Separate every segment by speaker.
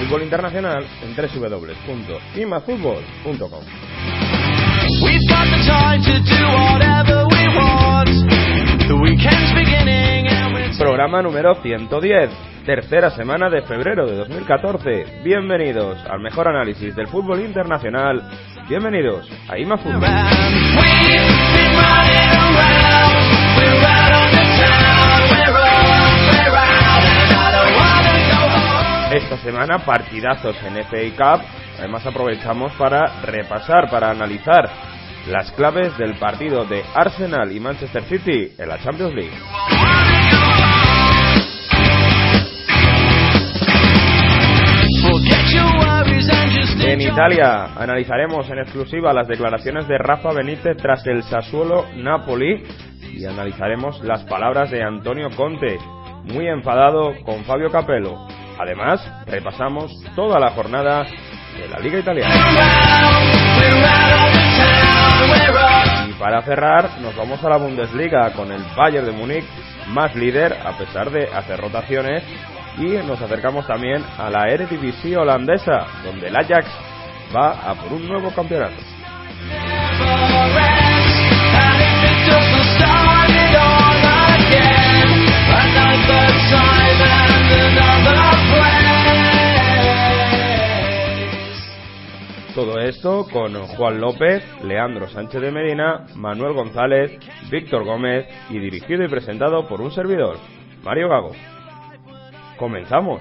Speaker 1: fútbol internacional en www.imafutbol.com. Programa número 110, tercera semana de febrero de 2014. Bienvenidos al mejor análisis del fútbol internacional. Bienvenidos a IMAFútbol. Esta semana partidazos en FA Cup. Además aprovechamos para repasar, para analizar las claves del partido de Arsenal y Manchester City en la Champions League. En Italia analizaremos en exclusiva las declaraciones de Rafa Benítez tras el Sassuolo-Napoli y analizaremos las palabras de Antonio Conte, muy enfadado con Fabio Capello. Además, repasamos toda la jornada de la Liga Italiana. Y para cerrar, nos vamos a la Bundesliga con el Bayern de Múnich más líder a pesar de hacer rotaciones, y nos acercamos también a la Eredivisie holandesa, donde el Ajax va a por un nuevo campeonato. Todo esto con Juan López, Leandro Sánchez de Medina, Manuel González, Víctor Gómez y dirigido y presentado por un servidor, Mario Gago. ¡Comenzamos!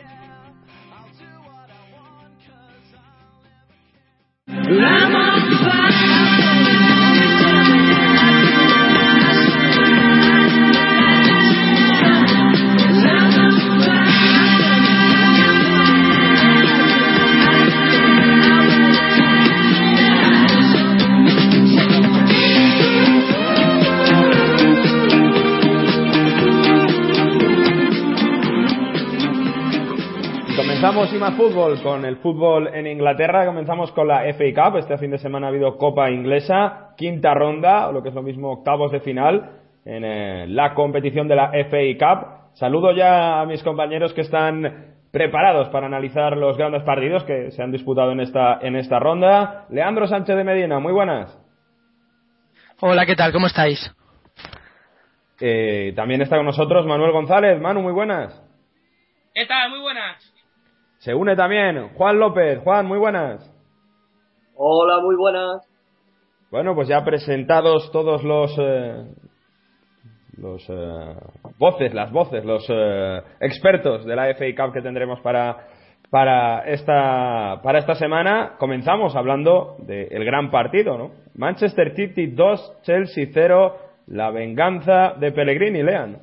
Speaker 1: Comenzamos IMAFútbol con el fútbol en Inglaterra. Comenzamos con la FA Cup. Este fin de semana ha habido Copa Inglesa, quinta ronda, o lo que es lo mismo, octavos de final en la competición de la FA Cup. Saludo ya a mis compañeros que están preparados para analizar los grandes partidos que se han disputado en esta ronda. Leandro Sánchez de Medina, muy buenas.
Speaker 2: Hola, ¿qué tal? ¿Cómo estáis?
Speaker 1: También está con nosotros Manuel González. Manu, muy buenas.
Speaker 3: ¿Qué tal? Muy buenas.
Speaker 1: Se une también Juan López. Juan, muy buenas.
Speaker 4: Hola, muy buenas.
Speaker 1: Bueno, pues ya presentados todos los expertos de la FA Cup que tendremos para esta semana, comenzamos hablando del gran partido, ¿no? Manchester City 2, Chelsea 0, la venganza de Pellegrini, Lean.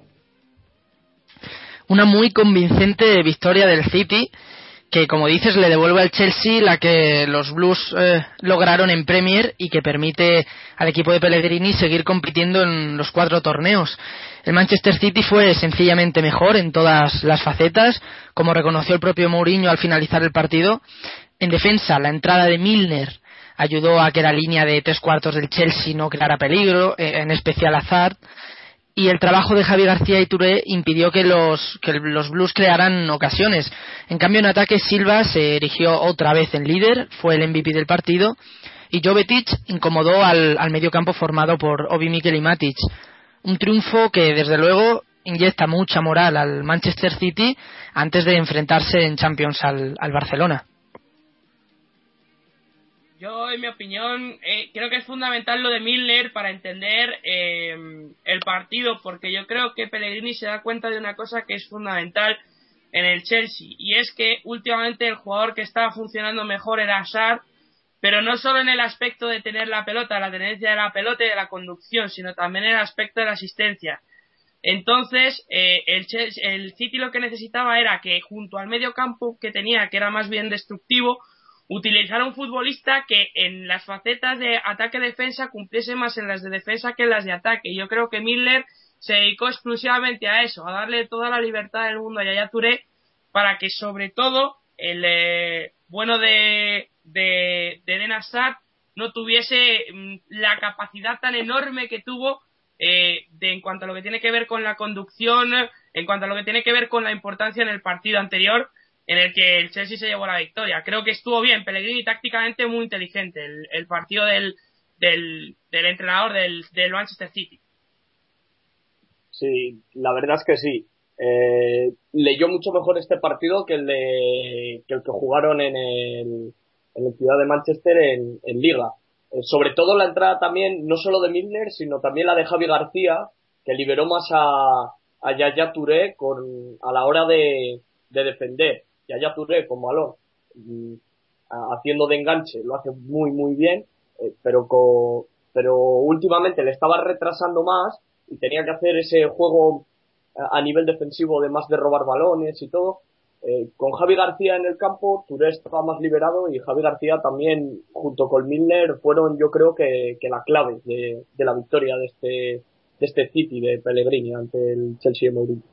Speaker 2: Una muy convincente victoria del City, que, como dices, le devuelve al Chelsea la que los Blues lograron en Premier y que permite al equipo de Pellegrini seguir compitiendo en los 4 torneos. El Manchester City fue sencillamente mejor en todas las facetas, como reconoció el propio Mourinho al finalizar el partido. En defensa, la entrada de Milner ayudó a que la línea de 3/4 del Chelsea no creara peligro, en especial Hazard. Y el trabajo de Javi García y Touré impidió que los Blues crearan ocasiones. En cambio, en ataque, Silva se erigió otra vez en líder, fue el MVP del partido, y Jovetic incomodó al mediocampo formado por Obi, Mikel y Matic. Un triunfo que, desde luego, inyecta mucha moral al Manchester City antes de enfrentarse en Champions al Barcelona.
Speaker 3: Yo, en mi opinión, creo que es fundamental lo de Milner para entender el partido, porque yo creo que Pellegrini se da cuenta de una cosa que es fundamental en el Chelsea, y es que últimamente el jugador que estaba funcionando mejor era Hazard, pero no solo en el aspecto de tener la pelota, la tenencia de la pelota y de la conducción, sino también en el aspecto de la asistencia. Entonces, el City lo que necesitaba era que, junto al medio campo que tenía, que era más bien destructivo, utilizar a un futbolista que en las facetas de ataque-defensa cumpliese más en las de defensa que en las de ataque. Yo creo que Milner se dedicó exclusivamente a eso, a darle toda la libertad del mundo a Yaya Touré, para que sobre todo el bueno de Eden Hazard no tuviese la capacidad tan enorme que tuvo en cuanto a lo que tiene que ver con la conducción, en cuanto a lo que tiene que ver con la importancia en el partido anterior, en el que el Chelsea se llevó la victoria. Creo que estuvo bien, Pellegrini tácticamente muy inteligente, el partido del entrenador del Manchester City.
Speaker 4: Sí, la verdad es que sí. Leyó mucho mejor este partido que el que jugaron en el Ciudad de Manchester en Liga. Sobre todo la entrada también, no solo de Milner, sino también la de Javi García, que liberó más a Yaya Touré a la hora de defender. Yaya Touré con balón, haciendo de enganche, lo hace muy muy bien, pero últimamente le estaba retrasando más y tenía que hacer ese juego a nivel defensivo de más de robar balones y todo. Con Javi García en el campo, Touré estaba más liberado y Javi García también, junto con Milner, fueron yo creo que la clave de la victoria de este City de Pellegrini ante el Chelsea de Mourinho.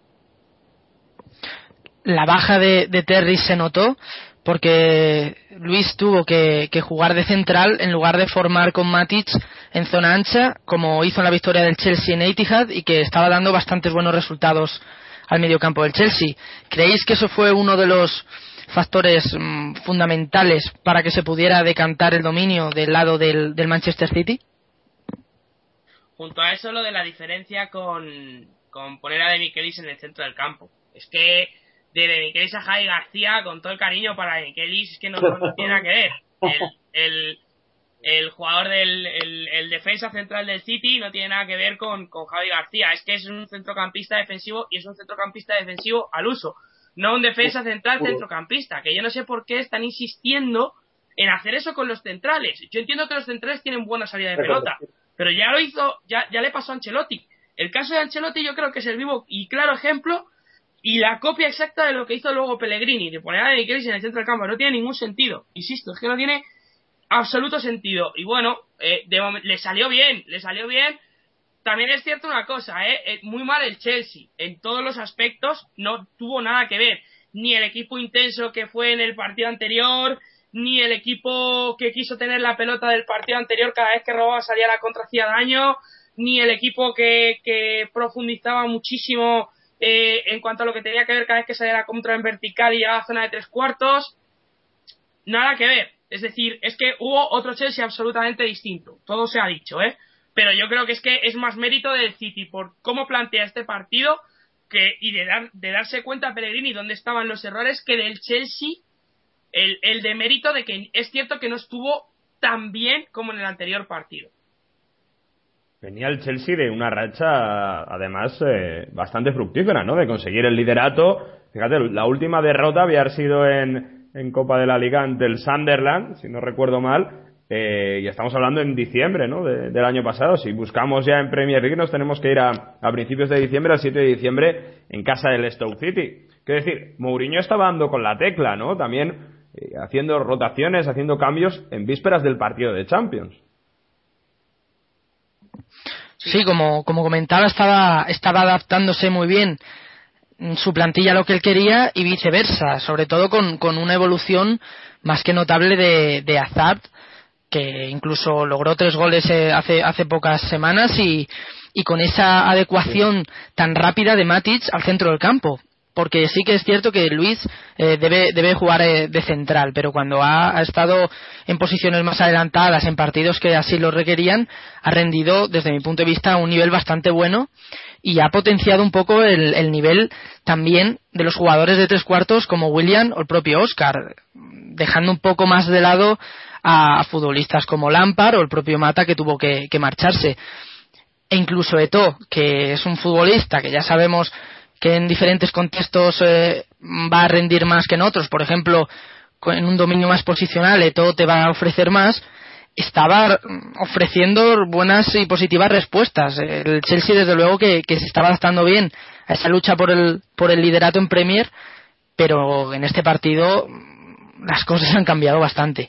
Speaker 2: La baja de Terry se notó porque Luis tuvo que jugar de central en lugar de formar con Matic en zona ancha, como hizo en la victoria del Chelsea en Etihad, y que estaba dando bastantes buenos resultados al mediocampo del Chelsea. ¿Creéis que eso fue uno de los factores fundamentales para que se pudiera decantar el dominio del lado del Manchester City?
Speaker 3: Junto a eso, lo de la diferencia con poner a Demichelis en el centro del campo. Es que de Demichelis a Javi García, con todo el cariño para Demichelis, es que no tiene nada que ver. El jugador el defensa central del City no tiene nada que ver con Javi García. Es que es un centrocampista defensivo y es un centrocampista defensivo al uso, no un defensa central centrocampista, que yo no sé por qué están insistiendo en hacer eso con los centrales. Yo entiendo que los centrales tienen buena salida de pelota, pero ya lo hizo, ya le pasó a Ancelotti. El caso de Ancelotti yo creo que es el vivo y claro ejemplo y la copia exacta de lo que hizo luego Pellegrini, de poner a Demichelis en el centro del campo. No tiene ningún sentido, insisto, es que no tiene absoluto sentido. Y bueno, le salió bien. También es cierto una cosa, muy mal el Chelsea, en todos los aspectos no tuvo nada que ver, ni el equipo intenso que fue en el partido anterior, ni el equipo que quiso tener la pelota del partido anterior, cada vez que robaba salía a la contra, hacía daño, ni el equipo que profundizaba muchísimo en cuanto a lo que tenía que ver cada vez que salía la contra en vertical y llegaba a zona de 3/4, nada que ver. Es decir, es que hubo otro Chelsea absolutamente distinto, todo se ha dicho, pero yo creo que es más mérito del City por cómo plantea este partido y de darse cuenta a Pellegrini dónde estaban los errores, que del Chelsea el de mérito de que es cierto que no estuvo tan bien como en el anterior partido.
Speaker 1: Venía el Chelsea de una racha, además, bastante fructífera, ¿no? De conseguir el liderato. Fíjate, la última derrota había sido en Copa de la Liga ante el Sunderland, si no recuerdo mal, y estamos hablando en diciembre, ¿no? Del año pasado. Si buscamos ya en Premier League, nos tenemos que ir a principios de diciembre, al 7 de diciembre, en casa del Stoke City. Quiero decir, Mourinho estaba dando con la tecla, ¿no? También haciendo rotaciones, haciendo cambios en vísperas del partido de Champions.
Speaker 2: Sí, como comentaba, estaba adaptándose muy bien su plantilla a lo que él quería y viceversa, sobre todo con una evolución más que notable de Hazard, que incluso logró 3 goles hace pocas semanas y con esa adecuación tan rápida de Matic al centro del campo. Porque sí que es cierto que Luis debe jugar de central, pero cuando ha estado en posiciones más adelantadas, en partidos que así lo requerían, ha rendido, desde mi punto de vista, a un nivel bastante bueno y ha potenciado un poco el nivel también de los jugadores de 3/4 como Willian o el propio Oscar, dejando un poco más de lado a futbolistas como Lampard o el propio Mata, que tuvo que marcharse. E incluso Eto'o, que es un futbolista que ya sabemos que en diferentes contextos va a rendir más que en otros. Por ejemplo, en un dominio más posicional, Eto'o te va a ofrecer más. Estaba ofreciendo buenas y positivas respuestas. El Chelsea, desde luego, que se estaba adaptando bien a esa lucha por el liderato en Premier, pero en este partido las cosas han cambiado bastante.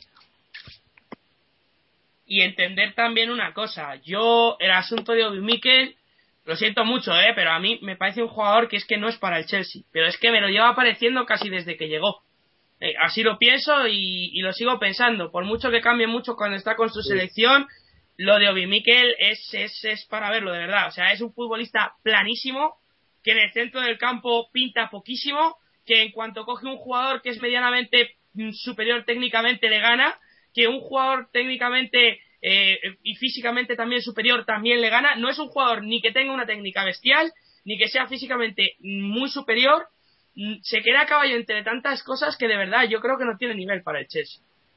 Speaker 3: Y entender también una cosa, el asunto de Obi Mikel, lo siento mucho, pero a mí me parece un jugador que es que no es para el Chelsea, pero es que me lo lleva apareciendo casi desde que llegó. Así lo pienso y lo sigo pensando, por mucho que cambie mucho cuando está con su selección, lo de Obi Mikel es para verlo, de verdad. O sea, es un futbolista planísimo, que en el centro del campo pinta poquísimo que en cuanto coge un jugador que es medianamente superior técnicamente le gana, que un jugador técnicamente y físicamente también superior también le gana. No es un jugador ni que tenga una técnica bestial, ni que sea físicamente muy superior. Se queda a caballo entre tantas cosas que de verdad yo creo que no tiene nivel para el Chelsea.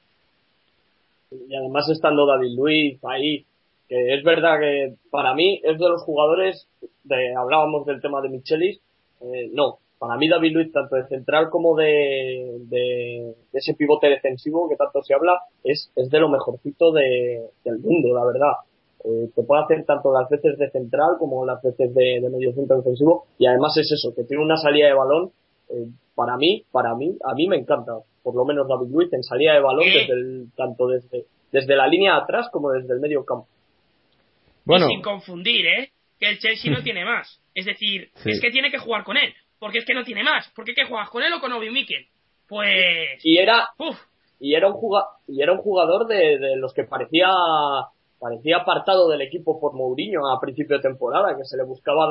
Speaker 4: Y además estando David Luiz ahí, que es verdad que para mí es de los jugadores, hablábamos del tema de Michelis, no, para mí David Luiz, tanto de central como de ese pivote defensivo que tanto se habla, es de lo mejorcito del mundo, la verdad. Te puede hacer tanto las veces de central como las veces de medio centro defensivo, y además es eso, que tiene una salida de balón. Para mí, a mí me encanta, por lo menos David Luiz en salida de balón, tanto desde la línea de atrás como desde el medio campo.
Speaker 3: Bueno. Y sin confundir, que el Chelsea no tiene más. Es decir, sí, es que tiene que jugar con él, porque es que no tiene más. ¿Por qué que juegas con él o con Obi Mikel? Pues...
Speaker 4: Y era un jugador de los que parecía apartado del equipo por Mourinho a principio de temporada, que se le buscaba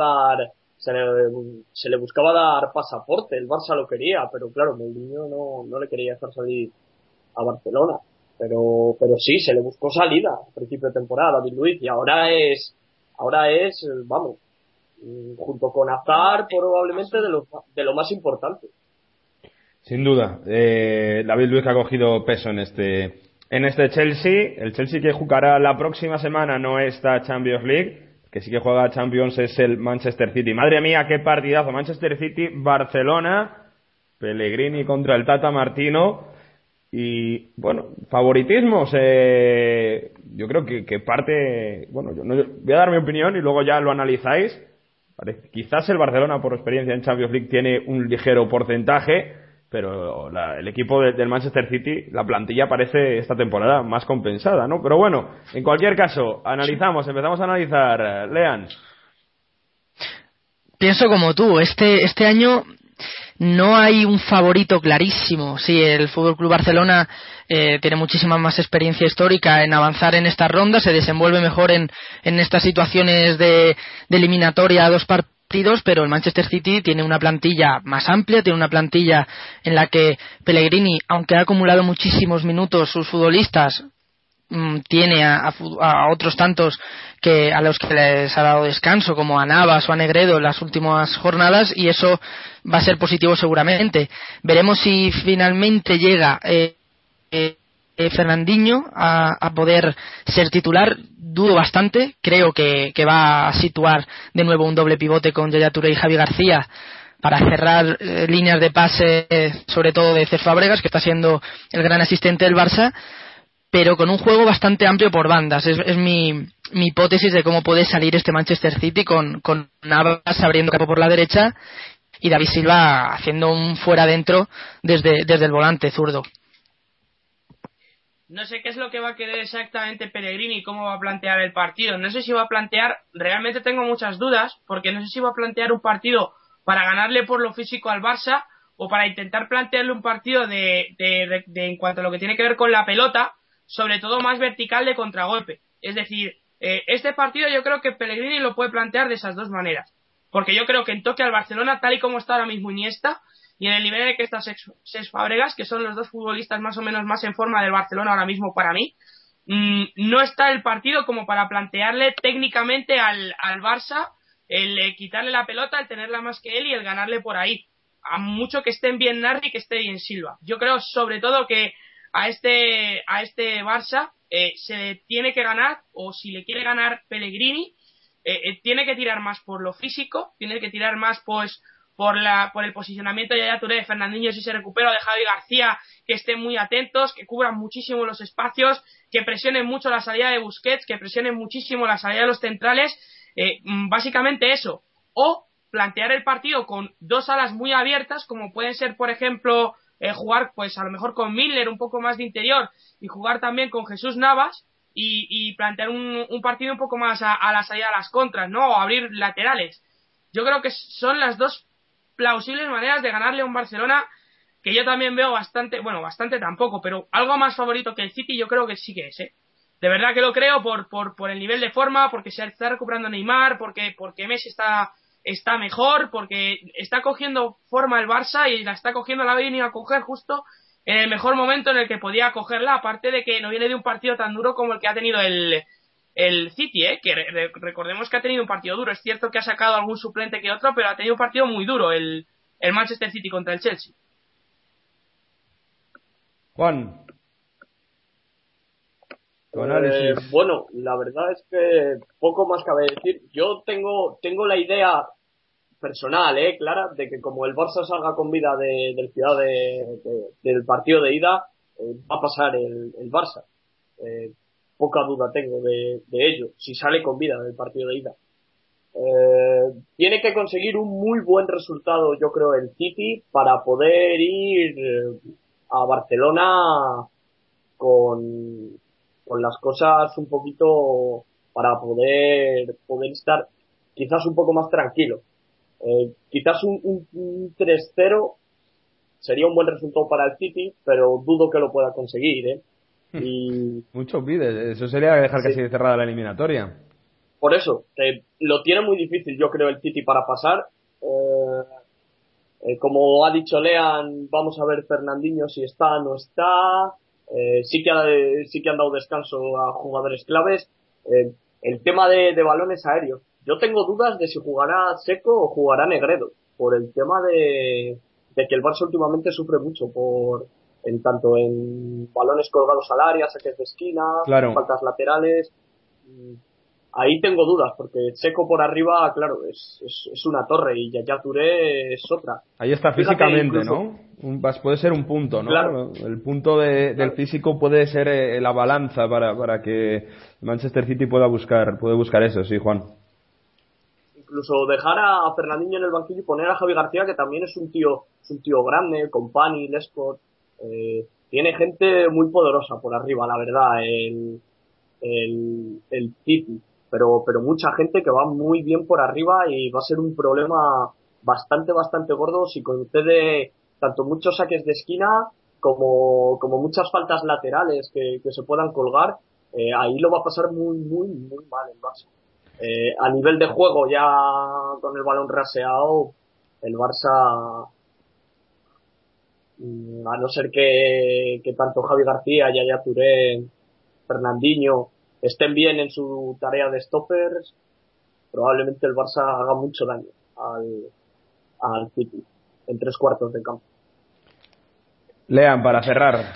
Speaker 4: dar pasaporte, el Barça lo quería, pero claro, Mourinho no le quería dejar salir a Barcelona, pero sí, se le buscó salida a principio de temporada a David Luiz, y ahora es, vamos, junto con Hazard probablemente de lo más importante.
Speaker 1: Sin duda, David Luiz ha cogido peso en este Chelsea. El Chelsea que jugará la próxima semana no esta Champions League, que sí que juega Champions, es el Manchester City. Madre mía, qué partidazo. Manchester City, Barcelona, Pellegrini contra el Tata Martino. Y, bueno, favoritismos. Yo creo que parte... Bueno, voy a dar mi opinión y luego ya lo analizáis. Quizás el Barcelona, por experiencia en Champions League, tiene un ligero porcentaje, pero el equipo del Manchester City, la plantilla parece esta temporada más compensada, ¿no? Pero bueno, en cualquier caso, empezamos a analizar. Lean.
Speaker 2: Pienso como tú, este año no hay un favorito clarísimo. Sí, el FC Barcelona tiene muchísima más experiencia histórica en avanzar en estas rondas, se desenvuelve mejor en estas situaciones de eliminatoria a dos partidos, pero el Manchester City tiene una plantilla más amplia, tiene una plantilla en la que Pellegrini, aunque ha acumulado muchísimos minutos sus futbolistas, tiene a otros tantos que a los que les ha dado descanso, como a Navas o a Negredo en las últimas jornadas, y eso va a ser positivo seguramente. Veremos si finalmente llega Fernandinho a poder ser titular. Dudo bastante, creo que va a situar de nuevo un doble pivote con Yaya Touré y Javi García para cerrar líneas de pase, sobre todo de Cesc Fábregas, que está siendo el gran asistente del Barça, pero con un juego bastante amplio por bandas. Es mi hipótesis de cómo puede salir este Manchester City, con Navas abriendo campo por la derecha y David Silva haciendo un fuera-dentro desde el volante zurdo.
Speaker 3: No sé qué es lo que va a querer exactamente Pellegrini y cómo va a plantear el partido. No sé si va a plantear, realmente tengo muchas dudas, porque no sé si va a plantear un partido para ganarle por lo físico al Barça o para intentar plantearle un partido de en cuanto a lo que tiene que ver con la pelota, sobre todo más vertical de contragolpe. Es decir, este partido yo creo que Pellegrini lo puede plantear de esas dos maneras, porque yo creo que en toque al Barcelona, tal y como está ahora mismo Iniesta, y en el nivel de que está Cesc Fábregas, que son los dos futbolistas más o menos más en forma del Barcelona ahora mismo para mí, no está el partido como para plantearle técnicamente al Barça el quitarle la pelota, el tenerla más que él y el ganarle por ahí, a mucho que estén bien Narri y que esté bien Silva. Yo creo sobre todo que a este Barça se le tiene que ganar, o si le quiere ganar Pellegrini, tiene que tirar más por lo físico, tiene que tirar más pues por el posicionamiento de Yaya Touré, de Fernandinho si se recupera, de Javi García, que estén muy atentos, que cubran muchísimo los espacios, que presionen mucho la salida de Busquets, que presionen muchísimo la salida de los centrales, básicamente eso. O plantear el partido con dos alas muy abiertas, como pueden ser, por ejemplo, jugar pues a lo mejor con Milner un poco más de interior y jugar también con Jesús Navas y plantear un partido un poco más a la salida de las contras, ¿no? O abrir laterales. Yo creo que son las dos plausibles maneras de ganarle a un Barcelona que yo también veo bastante tampoco, pero algo más favorito que el City yo creo que sí que es, de verdad que lo creo por el nivel de forma, porque se está recuperando Neymar, porque Messi está está mejor, porque está cogiendo forma el Barça y la está cogiendo, la ha venido a coger justo en el mejor momento en el que podía cogerla, aparte de que no viene de un partido tan duro como el que ha tenido el City, que recordemos que ha tenido un partido duro. Es cierto que ha sacado algún suplente que otro, pero ha tenido un partido muy duro el Manchester City contra el Chelsea.
Speaker 1: Juan, tu análisis.
Speaker 4: Bueno, la verdad es que poco más cabe decir. Yo tengo la idea personal, clara, de que como el Barça salga con vida del Ciudad del partido de ida, va a pasar el Barça. Poca duda tengo de ello, si sale con vida del partido de ida. Tiene que conseguir un muy buen resultado, yo creo, el City para poder ir a Barcelona con las cosas un poquito, para poder estar quizás un poco más tranquilo. Quizás un 3-0 sería un buen resultado para el City, pero dudo que lo pueda conseguir, Y
Speaker 1: mucho pide, eso sería dejar
Speaker 4: sí,
Speaker 1: casi cerrada la eliminatoria.
Speaker 4: por eso, lo tiene muy difícil, yo creo, el City para pasar. Como ha dicho Lean, vamos a ver Fernandinho si está o no está. Sí que han dado descanso a jugadores claves. El tema de balones aéreos. Yo tengo dudas de si jugará Seco o jugará Negredo, por el tema de que el Barça últimamente sufre mucho tanto en balones colgados al área, saques de esquina,
Speaker 1: claro,
Speaker 4: faltas laterales. Ahí tengo dudas, porque Seco por arriba, claro, es una torre y Yaya Touré es otra.
Speaker 1: Ahí está físicamente, incluso, ¿no? Puede ser un punto, ¿no?
Speaker 4: Claro,
Speaker 1: el punto del físico puede ser la balanza para que Manchester City puede buscar eso, sí, Juan.
Speaker 4: Incluso dejar a Fernandinho en el banquillo y poner a Javi García, que también es un tío grande, con Pani, Lescott. Tiene gente muy poderosa por arriba, la verdad, el City. Pero mucha gente que va muy bien por arriba y va a ser un problema bastante gordo si concede tanto muchos saques de esquina como muchas faltas laterales que se puedan colgar. Ahí lo va a pasar muy mal el Barça. A nivel de juego, ya con el balón raseado, el Barça, a no ser que tanto Javi García, Yaya Touré, Fernandinho estén bien en su tarea de stoppers, probablemente el Barça haga mucho daño al City en 3/4 de campo.
Speaker 1: Lean, para cerrar.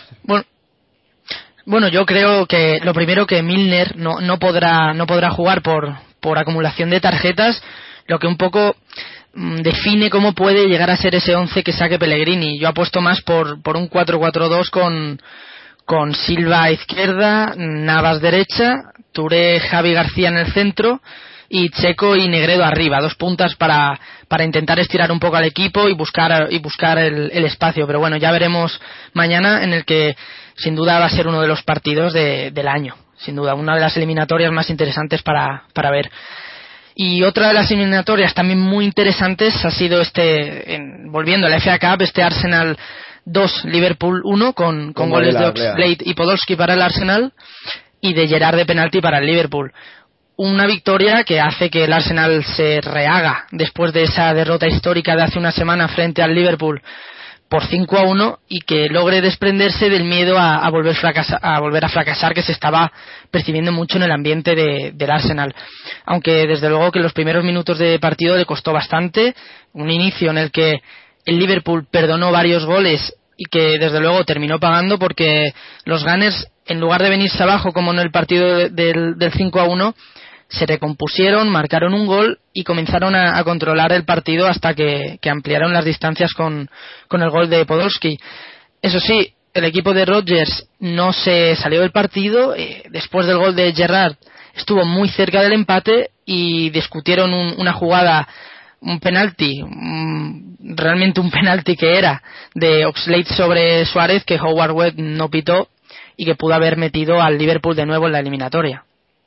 Speaker 2: Bueno, yo creo que lo primero, que Milner no podrá jugar por acumulación de tarjetas, lo que un poco define cómo puede llegar a ser ese 11 que saque Pellegrini. Yo apuesto más por un 4-4-2 con Silva a izquierda, Navas derecha, Touré, Javi García en el centro y Checo y Negredo arriba, dos puntas para intentar estirar un poco al equipo y buscar el espacio. Pero bueno, ya veremos mañana, en el que sin duda va a ser uno de los partidos del año, sin duda, una de las eliminatorias más interesantes para ver. Y otra de las eliminatorias también muy interesantes ha sido volviendo a la FA Cup, Arsenal 2, Liverpool 1, con goles de Oxlade y Podolski para el Arsenal y de Gerrard de penalti para el Liverpool. Una victoria que hace que el Arsenal se rehaga después de esa derrota histórica de hace una semana frente al Liverpool por 5-1 y que logre desprenderse del miedo a volver a fracasar que se estaba percibiendo mucho en el ambiente del Arsenal. Aunque desde luego que los primeros minutos de partido le costó bastante, un inicio en el que el Liverpool perdonó varios goles y que desde luego terminó pagando, porque los Gunners, en lugar de venirse abajo como en el partido del 5-1, se recompusieron, marcaron un gol y comenzaron a controlar el partido hasta que ampliaron las distancias con el gol de Podolski. Eso sí, el equipo de Rodgers no se salió del partido. Después del gol de Gerrard estuvo muy cerca del empate y discutieron una jugada, un penalti, realmente un penalti que era, de Oxlade sobre Suárez, que Howard Webb no pitó y que pudo haber metido al Liverpool de nuevo en la eliminatoria.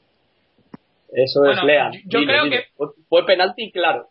Speaker 4: Eso es, Lean.
Speaker 3: Yo creo que
Speaker 4: fue penalti claro.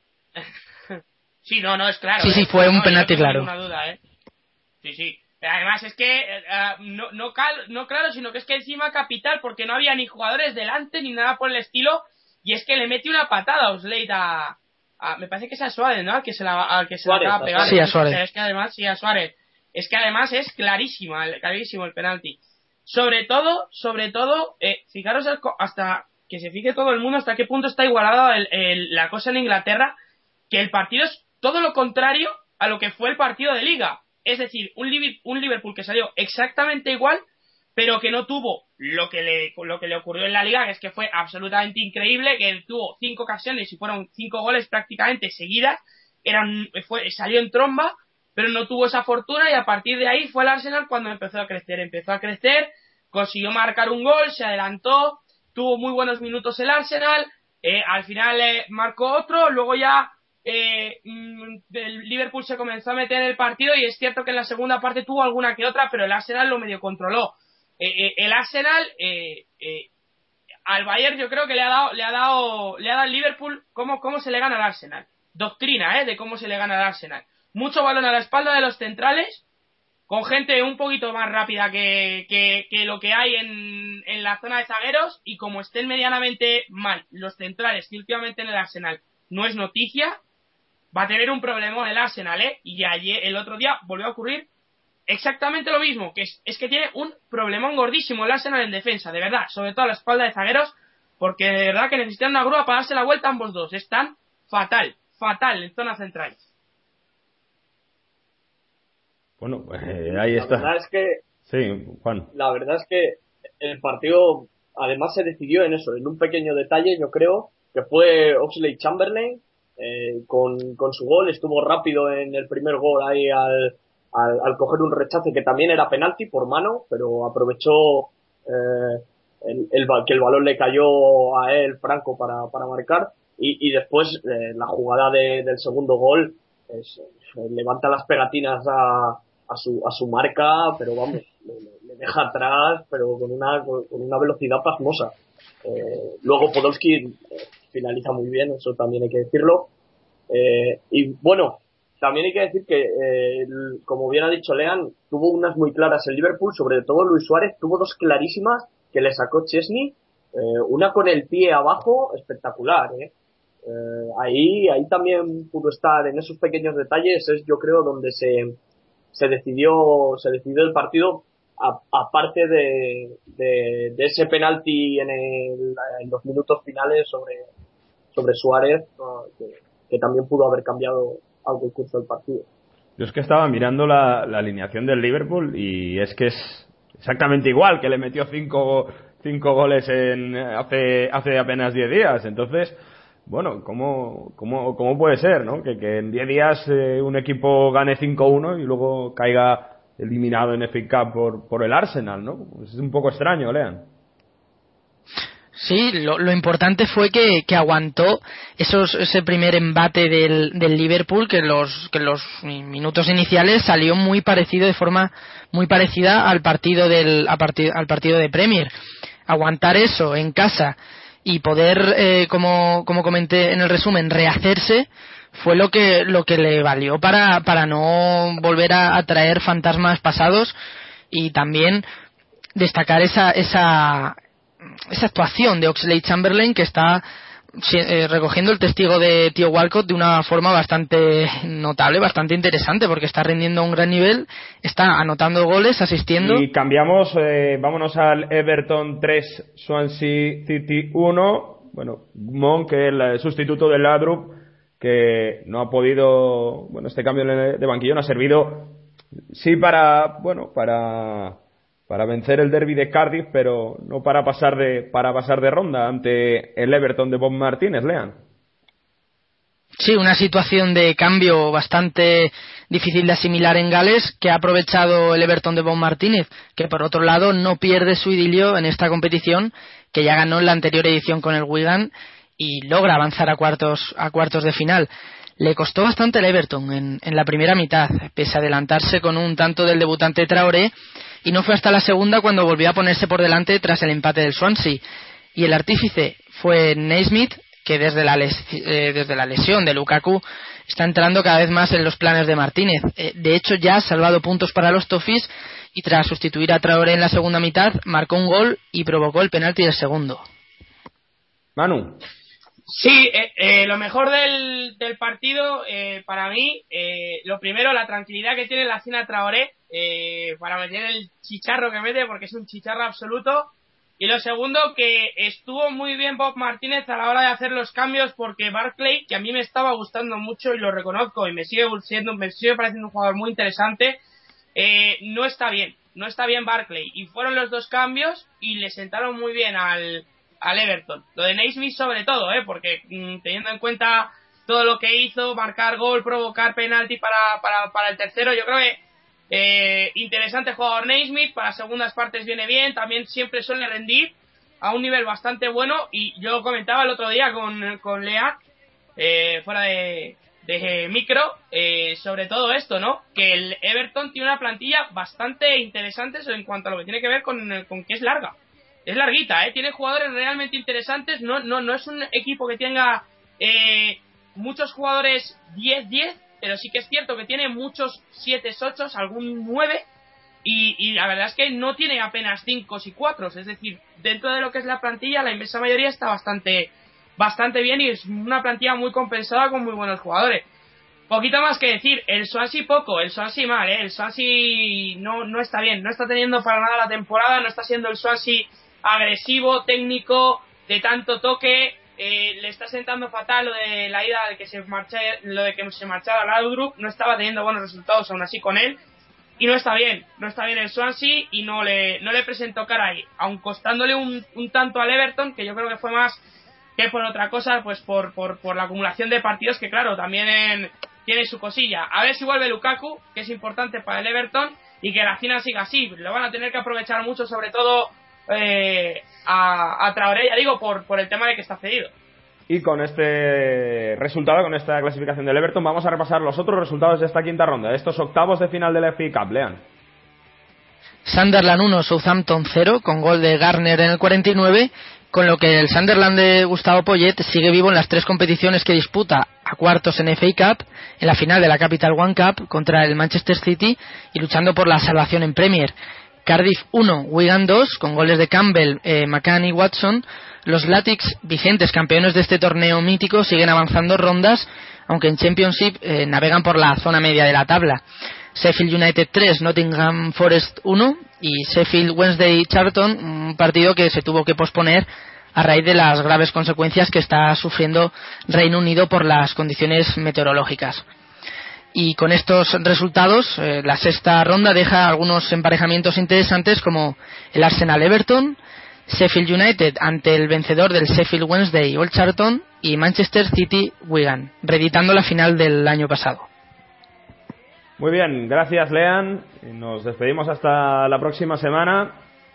Speaker 3: Sí, no, es claro.
Speaker 2: Sí, fue un penalti claro.
Speaker 3: No tengo ninguna duda, Sí. Además es que no claro, sino que es que encima capital, porque no había ni jugadores delante ni nada por el estilo, y es que le mete una patada a Oxlade a me parece que es a Suárez, ¿no? Al que se la
Speaker 4: Suárez,
Speaker 3: acaba pegando.
Speaker 2: Sí, a Suárez.
Speaker 3: Es que además, sí, a Suárez. Es que además es clarísimo el penalti. Sobre todo, fijaros hasta que se fije todo el mundo hasta qué punto está igualada la cosa en Inglaterra, que el partido es todo lo contrario a lo que fue el partido de Liga. Es decir, un Liverpool que salió exactamente igual, pero que no tuvo lo que le ocurrió en la Liga, que es que fue absolutamente increíble, que tuvo 5 ocasiones y fueron 5 goles prácticamente seguidas, salió en tromba, pero no tuvo esa fortuna, y a partir de ahí fue el Arsenal cuando empezó a crecer, consiguió marcar un gol, se adelantó, tuvo muy buenos minutos el Arsenal, al final marcó otro, luego ya el Liverpool se comenzó a meter en el partido, y es cierto que en la segunda parte tuvo alguna que otra, pero el Arsenal lo medio controló. El Arsenal al Bayern yo creo que le ha dado al Liverpool cómo se le gana al Arsenal, doctrina de cómo se le gana al Arsenal. Mucho balón a la espalda de los centrales, con gente un poquito más rápida que lo que hay en la zona de zagueros, y como estén medianamente mal los centrales, que últimamente en el Arsenal no es noticia, va a tener un problemón el Arsenal, y ayer, el otro día, volvió a ocurrir exactamente lo mismo, que es que tiene un problemón gordísimo el Arsenal en defensa, de verdad, sobre todo a la espalda de zagueros, porque de verdad que necesitan una grúa para darse la vuelta a ambos dos, están fatal en zona central.
Speaker 1: Bueno, ahí está.
Speaker 4: La verdad es que,
Speaker 1: sí, Juan.
Speaker 4: La verdad es que el partido además se decidió en eso, en un pequeño detalle, yo creo, que fue Oxlade-Chamberlain, con su gol, estuvo rápido en el primer gol ahí al coger un rechace que también era penalti por mano, pero aprovechó que el balón le cayó a él, Franco, para marcar, y después la jugada del segundo gol levanta las pegatinas a su marca, pero vamos, le deja atrás, pero con una velocidad pasmosa. Luego Podolski finaliza muy bien, eso también hay que decirlo. Y bueno, también hay que decir que, como bien ha dicho Lean, tuvo unas muy claras el Liverpool, sobre todo Luis Suárez, tuvo 2 clarísimas que le sacó Chesney, una con el pie abajo, espectacular, ahí también pudo estar en esos pequeños detalles, es yo creo donde se decidió el partido, aparte de ese penalti en los minutos finales sobre Suárez, que también pudo haber cambiado algo el curso del partido.
Speaker 1: Yo es que estaba mirando la alineación del Liverpool y es que es exactamente igual, que le metió 5 goles hace apenas 10 días. Entonces, bueno, ¿cómo puede ser, no? Que en 10 días un equipo gane 5-1 y luego caiga eliminado en FA Cup por el Arsenal, ¿no? Es un poco extraño, Lean.
Speaker 2: Sí, lo importante fue que aguantó ese primer embate del Liverpool, que los minutos iniciales salió muy parecido, de forma muy parecida al partido de Premier. Aguantar eso en casa y poder, como comenté en el resumen, rehacerse, fue lo que le valió para no volver a traer fantasmas pasados, y también destacar esa actuación de Oxlade-Chamberlain, que está recogiendo el testigo de Theo Walcott de una forma bastante notable, bastante interesante, porque está rindiendo a un gran nivel, está anotando goles, asistiendo.
Speaker 1: Y cambiamos, vámonos al Everton 3, Swansea City 1. Bueno, Monk, el sustituto de Laudrup, que no ha podido, bueno, este cambio de banquillo no ha servido, sí para vencer el derbi de Cardiff, pero no para pasar de ronda ante el Everton de Bob Martínez, Lean.
Speaker 2: Sí, una situación de cambio bastante difícil de asimilar en Gales, que ha aprovechado el Everton de Bob Martínez, que por otro lado no pierde su idilio en esta competición, que ya ganó en la anterior edición con el Wigan y logra avanzar a cuartos de final. Le costó bastante el Everton en la primera mitad, pese a adelantarse con un tanto del debutante Traoré, y no fue hasta la segunda cuando volvió a ponerse por delante tras el empate del Swansea. Y el artífice fue Naismith, que desde la lesión de Lukaku está entrando cada vez más en los planes de Martínez. De hecho, ya ha salvado puntos para los Toffees, y tras sustituir a Traoré en la segunda mitad, marcó un gol y provocó el penalti del segundo.
Speaker 1: Manu.
Speaker 3: Sí, lo mejor del partido, para mí, lo primero, la tranquilidad que tiene la Cina Traoré para meter el chicharro que mete, porque es un chicharro absoluto. Y lo segundo, que estuvo muy bien Bob Martínez a la hora de hacer los cambios, porque Barclay, que a mí me estaba gustando mucho y lo reconozco y me sigue pareciendo un jugador muy interesante, no está bien Barclay. Y fueron los dos cambios y le sentaron muy bien al Everton. Lo de Naismith sobre todo, porque teniendo en cuenta todo lo que hizo, marcar gol, provocar penalti para el tercero, yo creo que interesante jugador Naismith. Para segundas partes viene bien, también siempre suele rendir a un nivel bastante bueno. Y yo comentaba el otro día con Lea fuera de micro sobre todo esto, ¿no? Que el Everton tiene una plantilla bastante interesante en cuanto a lo que tiene que ver con que es larga. Es larguita, tiene jugadores realmente interesantes. No es un equipo que tenga muchos jugadores 10-10, pero sí que es cierto que tiene muchos 7-8, algún 9, y la verdad es que no tiene apenas 5 y 4, es decir, dentro de lo que es la plantilla, la inmensa mayoría está bastante bien y es una plantilla muy compensada con muy buenos jugadores. Poquito más que decir, el Swansea poco, el Swansea mal, el Swansea no está bien, no está teniendo para nada la temporada, no está siendo el Swansea agresivo, técnico, de tanto toque. Le está sentando fatal lo de la ida de que se marchara Laudrup, no estaba teniendo buenos resultados aún así con él, y no está bien el Swansea, y no le presentó cara ahí, aun costándole un tanto al Everton, que yo creo que fue más que por otra cosa, pues por la acumulación de partidos, que claro, también tiene su cosilla. A ver si vuelve Lukaku, que es importante para el Everton, y que la Cina siga así. Lo van a tener que aprovechar mucho, sobre todo a Traoré, ya digo, por el tema de que está cedido.
Speaker 1: Y con este resultado, con esta clasificación del Everton, vamos a repasar los otros resultados de esta quinta ronda, de estos octavos de final de la FA Cup. Lean.
Speaker 2: Sunderland 1, Southampton 0, con gol de Garner en el 49, con lo que el Sunderland de Gustavo Poyet sigue vivo en las 3 competiciones que disputa: a cuartos en FA Cup, en la final de la Capital One Cup contra el Manchester City y luchando por la salvación en Premier. Cardiff 1, Wigan 2, con goles de Campbell, McCann y Watson. Los Latics, vigentes campeones de este torneo mítico, siguen avanzando rondas, aunque en Championship navegan por la zona media de la tabla. Sheffield United 3, Nottingham Forest 1 y Sheffield Wednesday Charlton, un partido que se tuvo que posponer a raíz de las graves consecuencias que está sufriendo Reino Unido por las condiciones meteorológicas. Y con estos resultados, la sexta ronda deja algunos emparejamientos interesantes, como el Arsenal-Everton, Sheffield United ante el vencedor del Sheffield Wednesday Old Charlton y Manchester City-Wigan, reeditando la final del año pasado.
Speaker 1: Muy bien, gracias Lean. Nos despedimos hasta la próxima semana.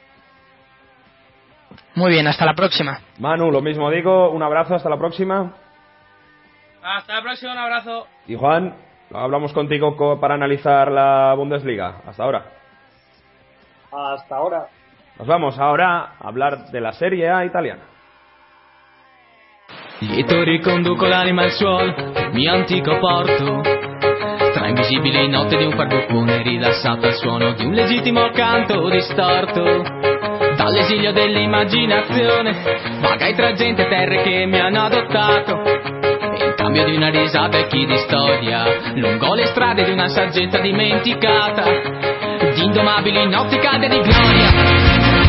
Speaker 2: Muy bien, hasta la próxima.
Speaker 1: Manu, lo mismo digo, un abrazo, hasta la próxima.
Speaker 3: Hasta la próxima, un abrazo.
Speaker 1: Y Juan, hablamos contigo para analizar la Bundesliga. Hasta ahora.
Speaker 4: Hasta ahora.
Speaker 1: Nos vamos ahora a hablar de la Serie A italiana.
Speaker 5: Lieto riconduco l'anima al suolo, mio antico porto. Tra invisibili notte di un farbucone rilassato al suono di un legittimo canto distorto. Dall'esilio dell'immaginazione, vagai tra gente e terre che mi hanno adottato. E in cambio di una risata e chi di storia, lungo le strade di una saggezza dimenticata, di indomabili notti calde di gloria.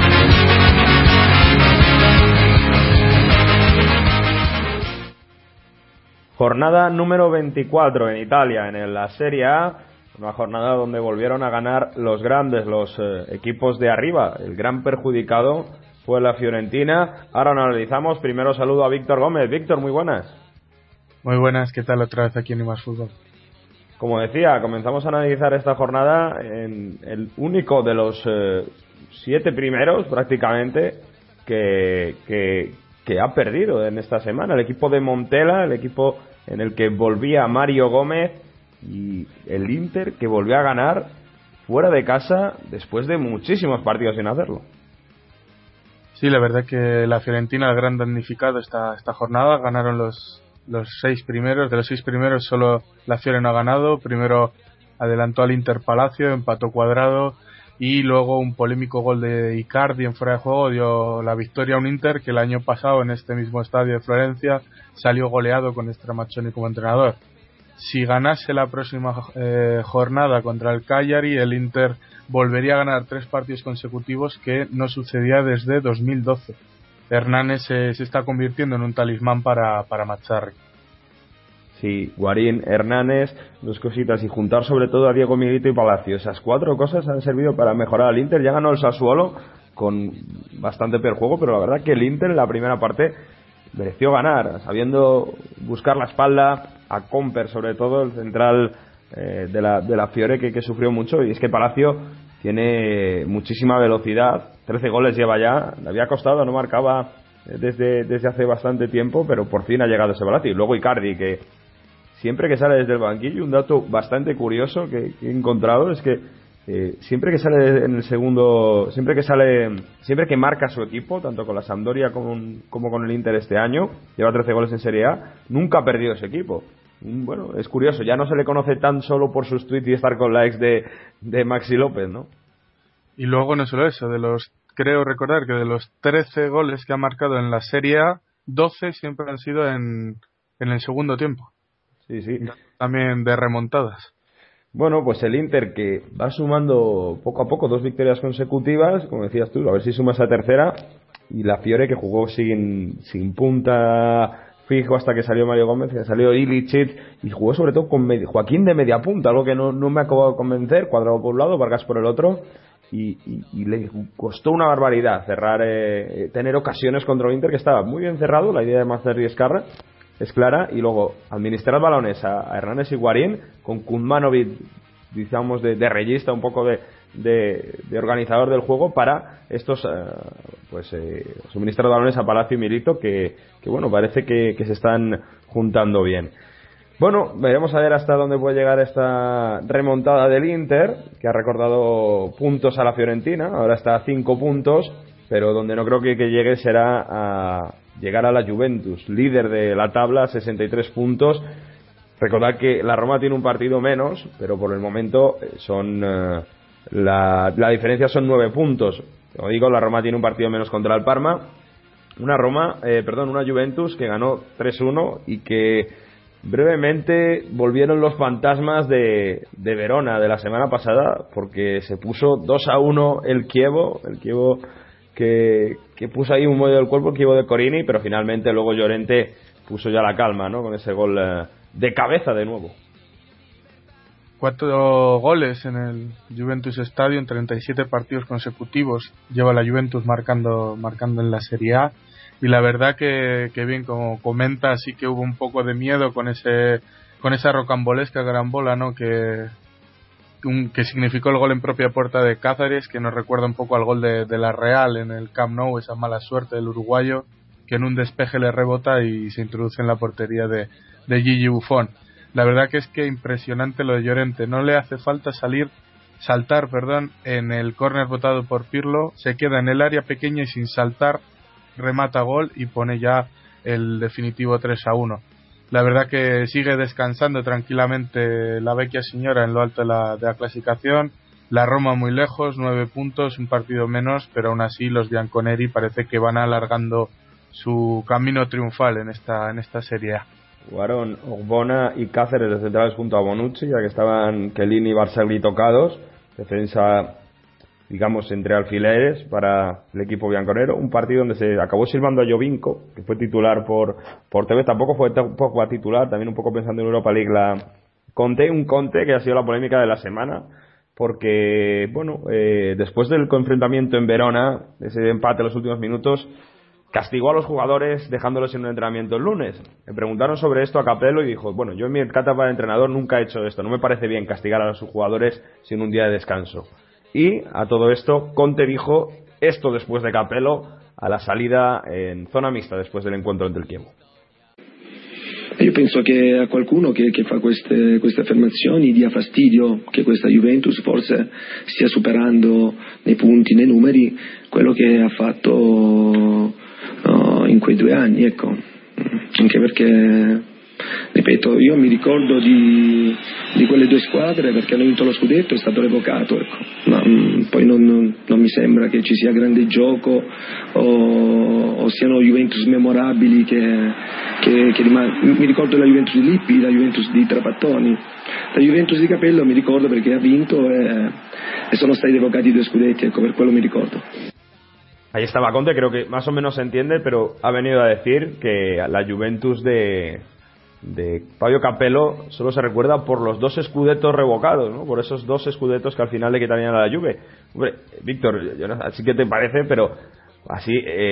Speaker 1: Jornada número 24 en Italia, en la Serie A, una jornada donde volvieron a ganar los grandes, los equipos de arriba. El gran perjudicado fue la Fiorentina. Ahora lo analizamos. Primero saludo a Víctor Gómez. Víctor, muy buenas.
Speaker 6: Muy buenas, ¿qué tal otra vez aquí en Más Fútbol?
Speaker 1: Como decía, comenzamos a analizar esta jornada en el único de los 7 primeros, prácticamente, que ha perdido en esta semana. El equipo de Montella, el equipo en el que volvía Mario Gómez, y el Inter, que volvió a ganar fuera de casa después de muchísimos partidos sin hacerlo.
Speaker 6: Sí, la verdad que la Fiorentina, el gran damnificado esta jornada, ganaron los 6 primeros. De los 6 primeros solo la Fiore no ha ganado. Primero adelantó al Inter Palacio, empató Cuadrado y luego un polémico gol de Icardi en fuera de juego dio la victoria a un Inter que el año pasado en este mismo estadio de Florencia salió goleado con Stramaccioni como entrenador. Si ganase la próxima jornada contra el Cagliari, el Inter volvería a ganar 3 partidos consecutivos, que no sucedía desde 2012. Hernández se está convirtiendo en un talismán para Mazzarri.
Speaker 1: Sí, Guarín, Hernández, 2 cositas, y juntar sobre todo a Diego Milito y Palacio. Esas 4 cosas han servido para mejorar al Inter. Ya ganó el Sassuolo con bastante peor juego, pero la verdad que el Inter en la primera parte mereció ganar, sabiendo buscar la espalda a Comper, sobre todo el central de la Fiore, que sufrió mucho. Y es que Palacio tiene muchísima velocidad, 13 goles lleva ya, le había costado, no marcaba desde hace bastante tiempo, pero por fin ha llegado ese Palacio. Y luego Icardi, que siempre que sale desde el banquillo, un dato bastante curioso que he encontrado es que siempre que sale en el segundo, siempre que marca su equipo, tanto con la Sampdoria como con el Inter este año, lleva 13 goles en Serie A, nunca ha perdido ese equipo. Bueno, es curioso, ya no se le conoce tan solo por sus tweets y estar con la ex de Maxi López, ¿no?
Speaker 6: Y luego no solo eso, creo recordar que de los 13 goles que ha marcado en la Serie A, 12 siempre han sido en el segundo tiempo.
Speaker 1: Sí, sí.
Speaker 6: También de remontadas.
Speaker 1: Bueno, pues el Inter, que va sumando poco a poco 2 victorias consecutivas, como decías tú, a ver si suma esa tercera, y la Fiore, que jugó sin punta fijo hasta que salió Mario Gómez, que salió Ilicic, y jugó sobre todo con Joaquín de media punta, algo que no me acabó de convencer, Cuadrado por un lado, Vargas por el otro, y le costó una barbaridad cerrar, tener ocasiones contra el Inter, que estaba muy bien cerrado. La idea de Mazzarri es clara, y luego administrar balones a Hernández y Guarín, con Kuzmanovic, digamos, de reyista, un poco de organizador del juego, para estos suministrar balones a Palacio y Milito, que bueno, parece que se están juntando bien. Bueno, veremos a ver hasta dónde puede llegar esta remontada del Inter, que ha recordado puntos a la Fiorentina, ahora está a 5 puntos, pero donde no creo que llegue será a llegar a la Juventus, líder de la tabla, 63 puntos. Recordad que la Roma tiene un partido menos, pero por el momento la diferencia son 9 puntos. Como digo, la Roma tiene un partido menos contra el Parma. Una Juventus que ganó 3-1 y que brevemente volvieron los fantasmas de Verona de la semana pasada, porque se puso 2-1 el Chievo que puso ahí un medio del cuerpo, el Chievo de Corini, pero finalmente luego Llorente puso ya la calma, ¿no? Con ese gol de cabeza de nuevo.
Speaker 6: 4 goles en el Juventus Stadium, 37 partidos consecutivos lleva la Juventus marcando en la Serie A, y la verdad que bien, como comenta, sí que hubo un poco de miedo con esa rocambolesca gran bola, ¿no? que significó el gol en propia puerta de Cáceres, que nos recuerda un poco al gol de la Real en el Camp Nou, esa mala suerte del uruguayo, que en un despeje le rebota y se introduce en la portería de Gigi Buffon. La verdad que es que impresionante lo de Llorente, no le hace falta saltar en el córner botado por Pirlo, se queda en el área pequeña y sin saltar remata gol y pone ya el definitivo 3-1. La verdad que sigue descansando tranquilamente la vecchia señora en lo alto de la clasificación. La Roma muy lejos, 9 puntos, un partido menos, pero aún así los bianconeri parece que van alargando su camino triunfal en esta Serie A.
Speaker 1: Jugaron Ogbonna y Cáceres de centrales junto a Bonucci, ya que estaban Chiellini y Barzagli tocados. Defensa, digamos, entre alfileres para el equipo bianconero. Un partido donde se acabó silbando a Jovinko, que fue titular por TV. Tampoco fue tampoco a titular, también un poco pensando en Europa League, un Conte que ha sido la polémica de la semana, porque después del enfrentamiento en Verona, ese empate en los últimos minutos, castigó a los jugadores dejándolos en un entrenamiento el lunes. Le preguntaron sobre esto a Capello y dijo: yo en mi etapa de entrenador nunca he hecho esto, no me parece bien castigar a sus jugadores sin un día de descanso. Y a todo esto Conte dijo esto después de Capello a la salida en zona mixta después del encuentro ante el Chievo.
Speaker 7: Io penso che a qualcuno che fa queste affermazioni dia fastidio che questa Juventus forse stia superando nei punti, nei numeri, quello che ha fatto in quei 2 anni, ecco. Anche perché ripeto, io mi ricordo di quelle due squadre perché hanno vinto lo scudetto, è stato revocato, ecco. Poi non mi sembra che ci sia grande gioco o siano Juventus memorabili mi ricordo la Juventus di Lippi, la Juventus di Trapattoni, la Juventus di Capello mi ricordo perché ha vinto e sono stati revocati 2 scudetti, ecco, per quello mi ricordo.
Speaker 1: Ahí estaba Conte, creo que más o menos se entiende, pero ha venido a decir que la Juventus de Fabio Capello solo se recuerda por los 2 scudettos revocados, ¿no? Por esos 2 scudettos que al final le quitarían a la Juve. Hombre, Víctor, yo no, así que te parece, pero así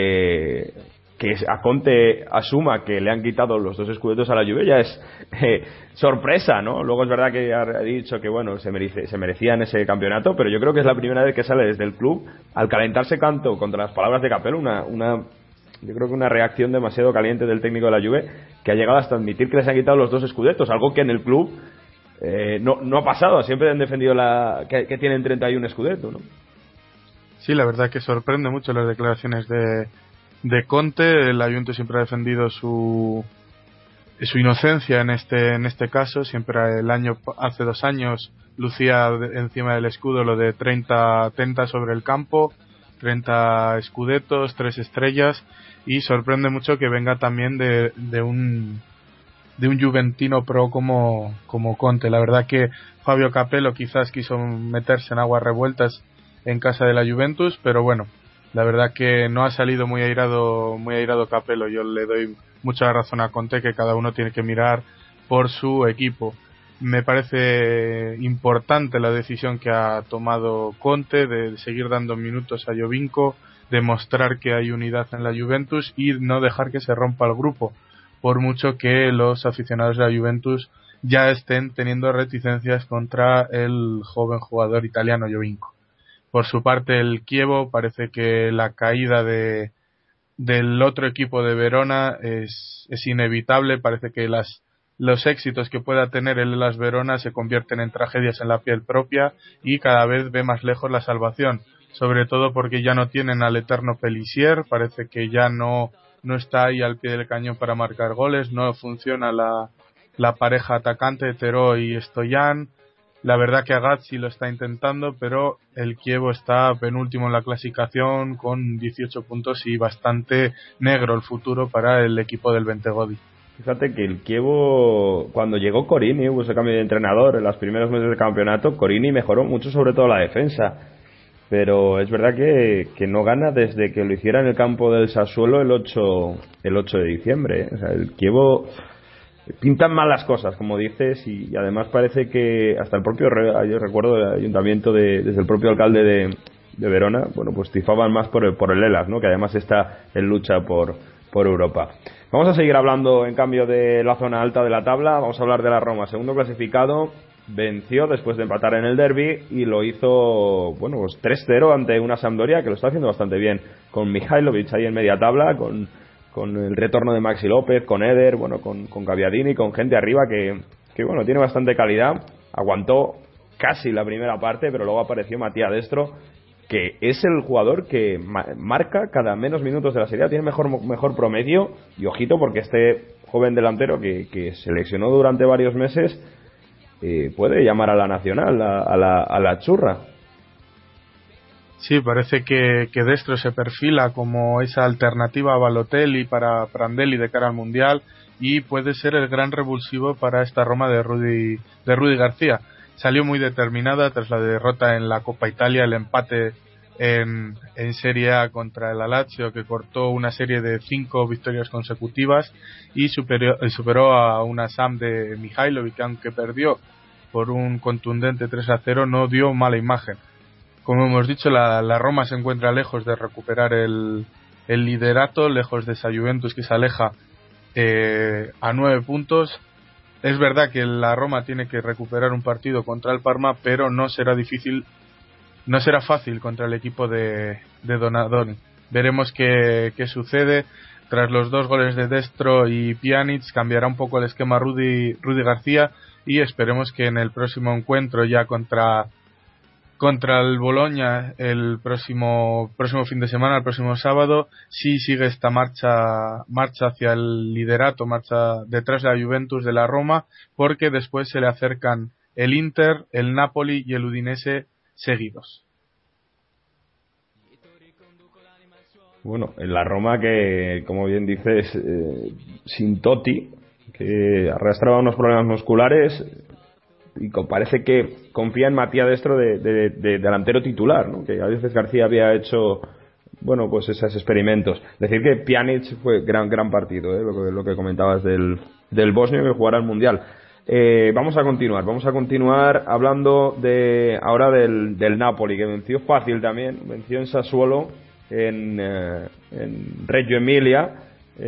Speaker 1: que a Conte asuma que le han quitado los 2 scudettos a la Juve ya es sorpresa, ¿no? Luego es verdad que ha dicho que bueno, se merecían ese campeonato, pero yo creo que es la primera vez que sale desde el club al calentarse tanto contra las palabras de Capello, yo creo que una reacción demasiado caliente del técnico de la Juve, que ha llegado hasta admitir que les han quitado los 2 scudettos, algo que en el club no ha pasado. Siempre han defendido que tienen 31 scudettos, ¿no?
Speaker 6: Sí, la verdad que sorprende mucho las declaraciones de Conte. La Juventus siempre ha defendido su inocencia en este caso. Siempre hace 2 años lucía encima del escudo lo de 30 sobre el campo, 30 scudettos, 3 estrellas, y sorprende mucho que venga también de un juventino pro como Conte. La verdad que Fabio Capello quizás quiso meterse en aguas revueltas en casa de la Juventus, pero bueno, la verdad que no ha salido muy airado Capello. Yo le doy mucha razón a Conte, que cada uno tiene que mirar por su equipo. Me parece importante la decisión que ha tomado Conte de seguir dando minutos a Giovinco, demostrar que hay unidad en la Juventus y no dejar que se rompa el grupo, por mucho que los aficionados de la Juventus ya estén teniendo reticencias contra el joven jugador italiano Giovinco. Por su parte, el Chievo, parece que la caída del otro equipo de Verona es inevitable. Parece que los éxitos que pueda tener el Hellas Verona se convierten en tragedias en la piel propia y cada vez ve más lejos la salvación, sobre todo porque ya no tienen al eterno Pelissier. Parece que ya no está ahí al pie del cañón para marcar goles, no funciona la pareja atacante Terò y Stoyan. La verdad que Agazzi lo está intentando, pero el Chievo está penúltimo en la clasificación con 18 puntos y bastante negro el futuro para el equipo del Bentegodi.
Speaker 1: Fíjate que el Chievo, cuando llegó Corini, hubo ese cambio de entrenador en los primeros meses del campeonato. Corini mejoró mucho, sobre todo la defensa, pero es verdad que no gana desde que lo hiciera en el campo del Sassuolo el 8 de diciembre, ¿eh? O sea, el Chievo pintan mal las cosas, como dices, y además parece que hasta el propio, yo recuerdo el ayuntamiento desde el propio alcalde de Verona, bueno, pues tifaban más por el Hellas, ¿no? Que además está en lucha por Europa. Vamos a seguir hablando, en cambio, de la zona alta de la tabla. Vamos a hablar de la Roma, segundo clasificado. Venció después de empatar en el derbi y lo hizo, bueno, pues 3-0 ante una Sampdoria que lo está haciendo bastante bien, con Mihailovic ahí en media tabla, con el retorno de Maxi López, con Eder, bueno, con Gaviadini, con gente arriba que bueno, tiene bastante calidad. Aguantó casi la primera parte, pero luego apareció Matías Destro, que es el jugador que marca cada menos minutos de la serie, tiene mejor promedio, y ojito porque este joven delantero que se lesionó durante varios meses puede llamar a la Nacional, a la churra.
Speaker 6: Sí, parece que Destro se perfila como esa alternativa a Balotelli para Prandelli de cara al Mundial, y puede ser el gran revulsivo para esta Roma de Rudy García. Salió muy determinada tras la derrota en la Copa Italia, el empate en Serie A contra el Lazio, que cortó una serie de 5 victorias consecutivas, y superó a una Samp de Mihailovic, que aunque perdió por un contundente 3-0, no dio mala imagen. Como hemos dicho, la Roma se encuentra lejos de recuperar el liderato, lejos de esa Juventus que se aleja a 9 puntos. Es verdad que la Roma tiene que recuperar un partido contra el Parma, pero no será fácil contra el equipo de Donadoni. Veremos qué sucede. Tras los 2 goles de Destro y Pjanic cambiará un poco el esquema Rudy García, y esperemos que en el próximo encuentro ya contra contra el Bologna el próximo fin de semana, el próximo sábado. Sí sigue esta marcha hacia el liderato, marcha detrás de la Juventus, de la Roma, porque después se le acercan el Inter, el Napoli y el Udinese seguidos.
Speaker 1: Bueno, en la Roma que, como bien dices, sin Totti, que arrastraba unos problemas musculares, y parece que confía en Matías Destro de delantero titular, ¿no? Que a veces García había hecho, bueno, pues esos experimentos. Decir que Pjanic fue gran partido, lo que comentabas del bosnio que jugará el Mundial. Vamos a continuar hablando ahora del Napoli, que venció fácil también, venció en Sassuolo, en Reggio Emilia,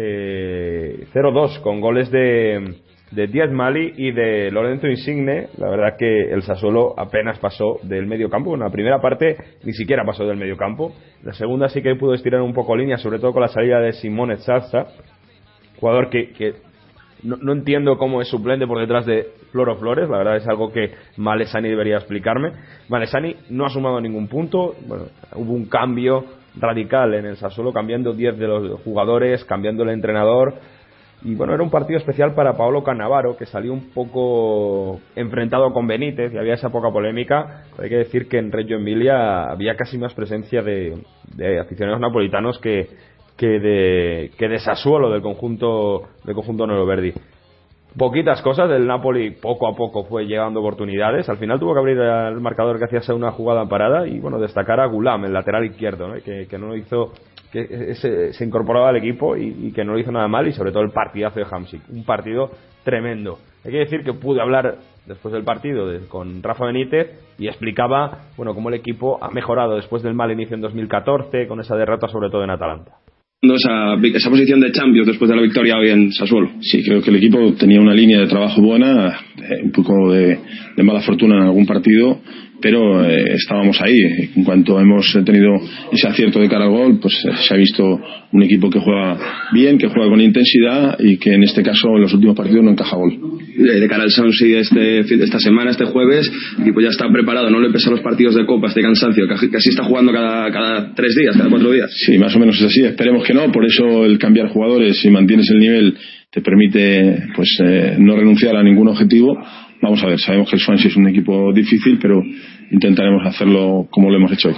Speaker 1: 0-2 con goles de Diaz Mali y de Lorenzo Insigne. La verdad que el Sassuolo apenas pasó del medio campo. En la primera parte ni siquiera pasó del medio campo. La segunda sí que pudo estirar un poco línea, sobre todo con la salida de Simone Zaza, jugador que no entiendo cómo es suplente por detrás de Floro Flores. La verdad es algo que Malesani debería explicarme. Malesani no ha sumado ningún punto. Bueno, hubo un cambio radical en el Sassuolo, cambiando 10 de los jugadores, cambiando el entrenador. Y bueno, era un partido especial para Paolo Cannavaro, que salió un poco enfrentado con Benítez y había esa poca polémica. Hay que decir que en Reggio Emilia había casi más presencia de aficionados napolitanos que de Sassuolo, del conjunto neroverdi. Poquitas cosas, el Napoli poco a poco fue llegando oportunidades. Al final tuvo que abrir el marcador que hacía una jugada parada y bueno, destacar a Gulam, el lateral izquierdo, ¿no? que no hizo, que se incorporaba al equipo y que no lo hizo nada mal, y sobre todo el partidazo de Hamsik, un partido tremendo. Hay que decir que pude hablar después del partido con Rafa Benítez y explicaba, bueno, cómo el equipo ha mejorado después del mal inicio en 2014 con esa derrota sobre todo en Atalanta.
Speaker 8: Esa posición de Champions después de la victoria hoy en Sassuolo. Sí, creo que el equipo tenía una línea de trabajo buena, un poco de mala fortuna en algún partido, pero estábamos ahí. En cuanto hemos tenido ese acierto de cara al gol, pues se ha visto un equipo que juega bien, que juega con intensidad y que en este caso en los últimos partidos no encaja gol.
Speaker 9: De cara al Swansea esta semana, este jueves, el equipo ya está preparado, no le pesa los partidos de Copa, este cansancio, casi está jugando cada 3 días, cada 4 días.
Speaker 8: Sí, más o menos es así, esperemos que no, por eso el cambiar jugadores, si mantienes el nivel, te permite pues no renunciar a ningún objetivo. Vamos a ver, sabemos que el Swansea es un equipo difícil, pero intentaremos hacerlo como lo hemos hecho hoy.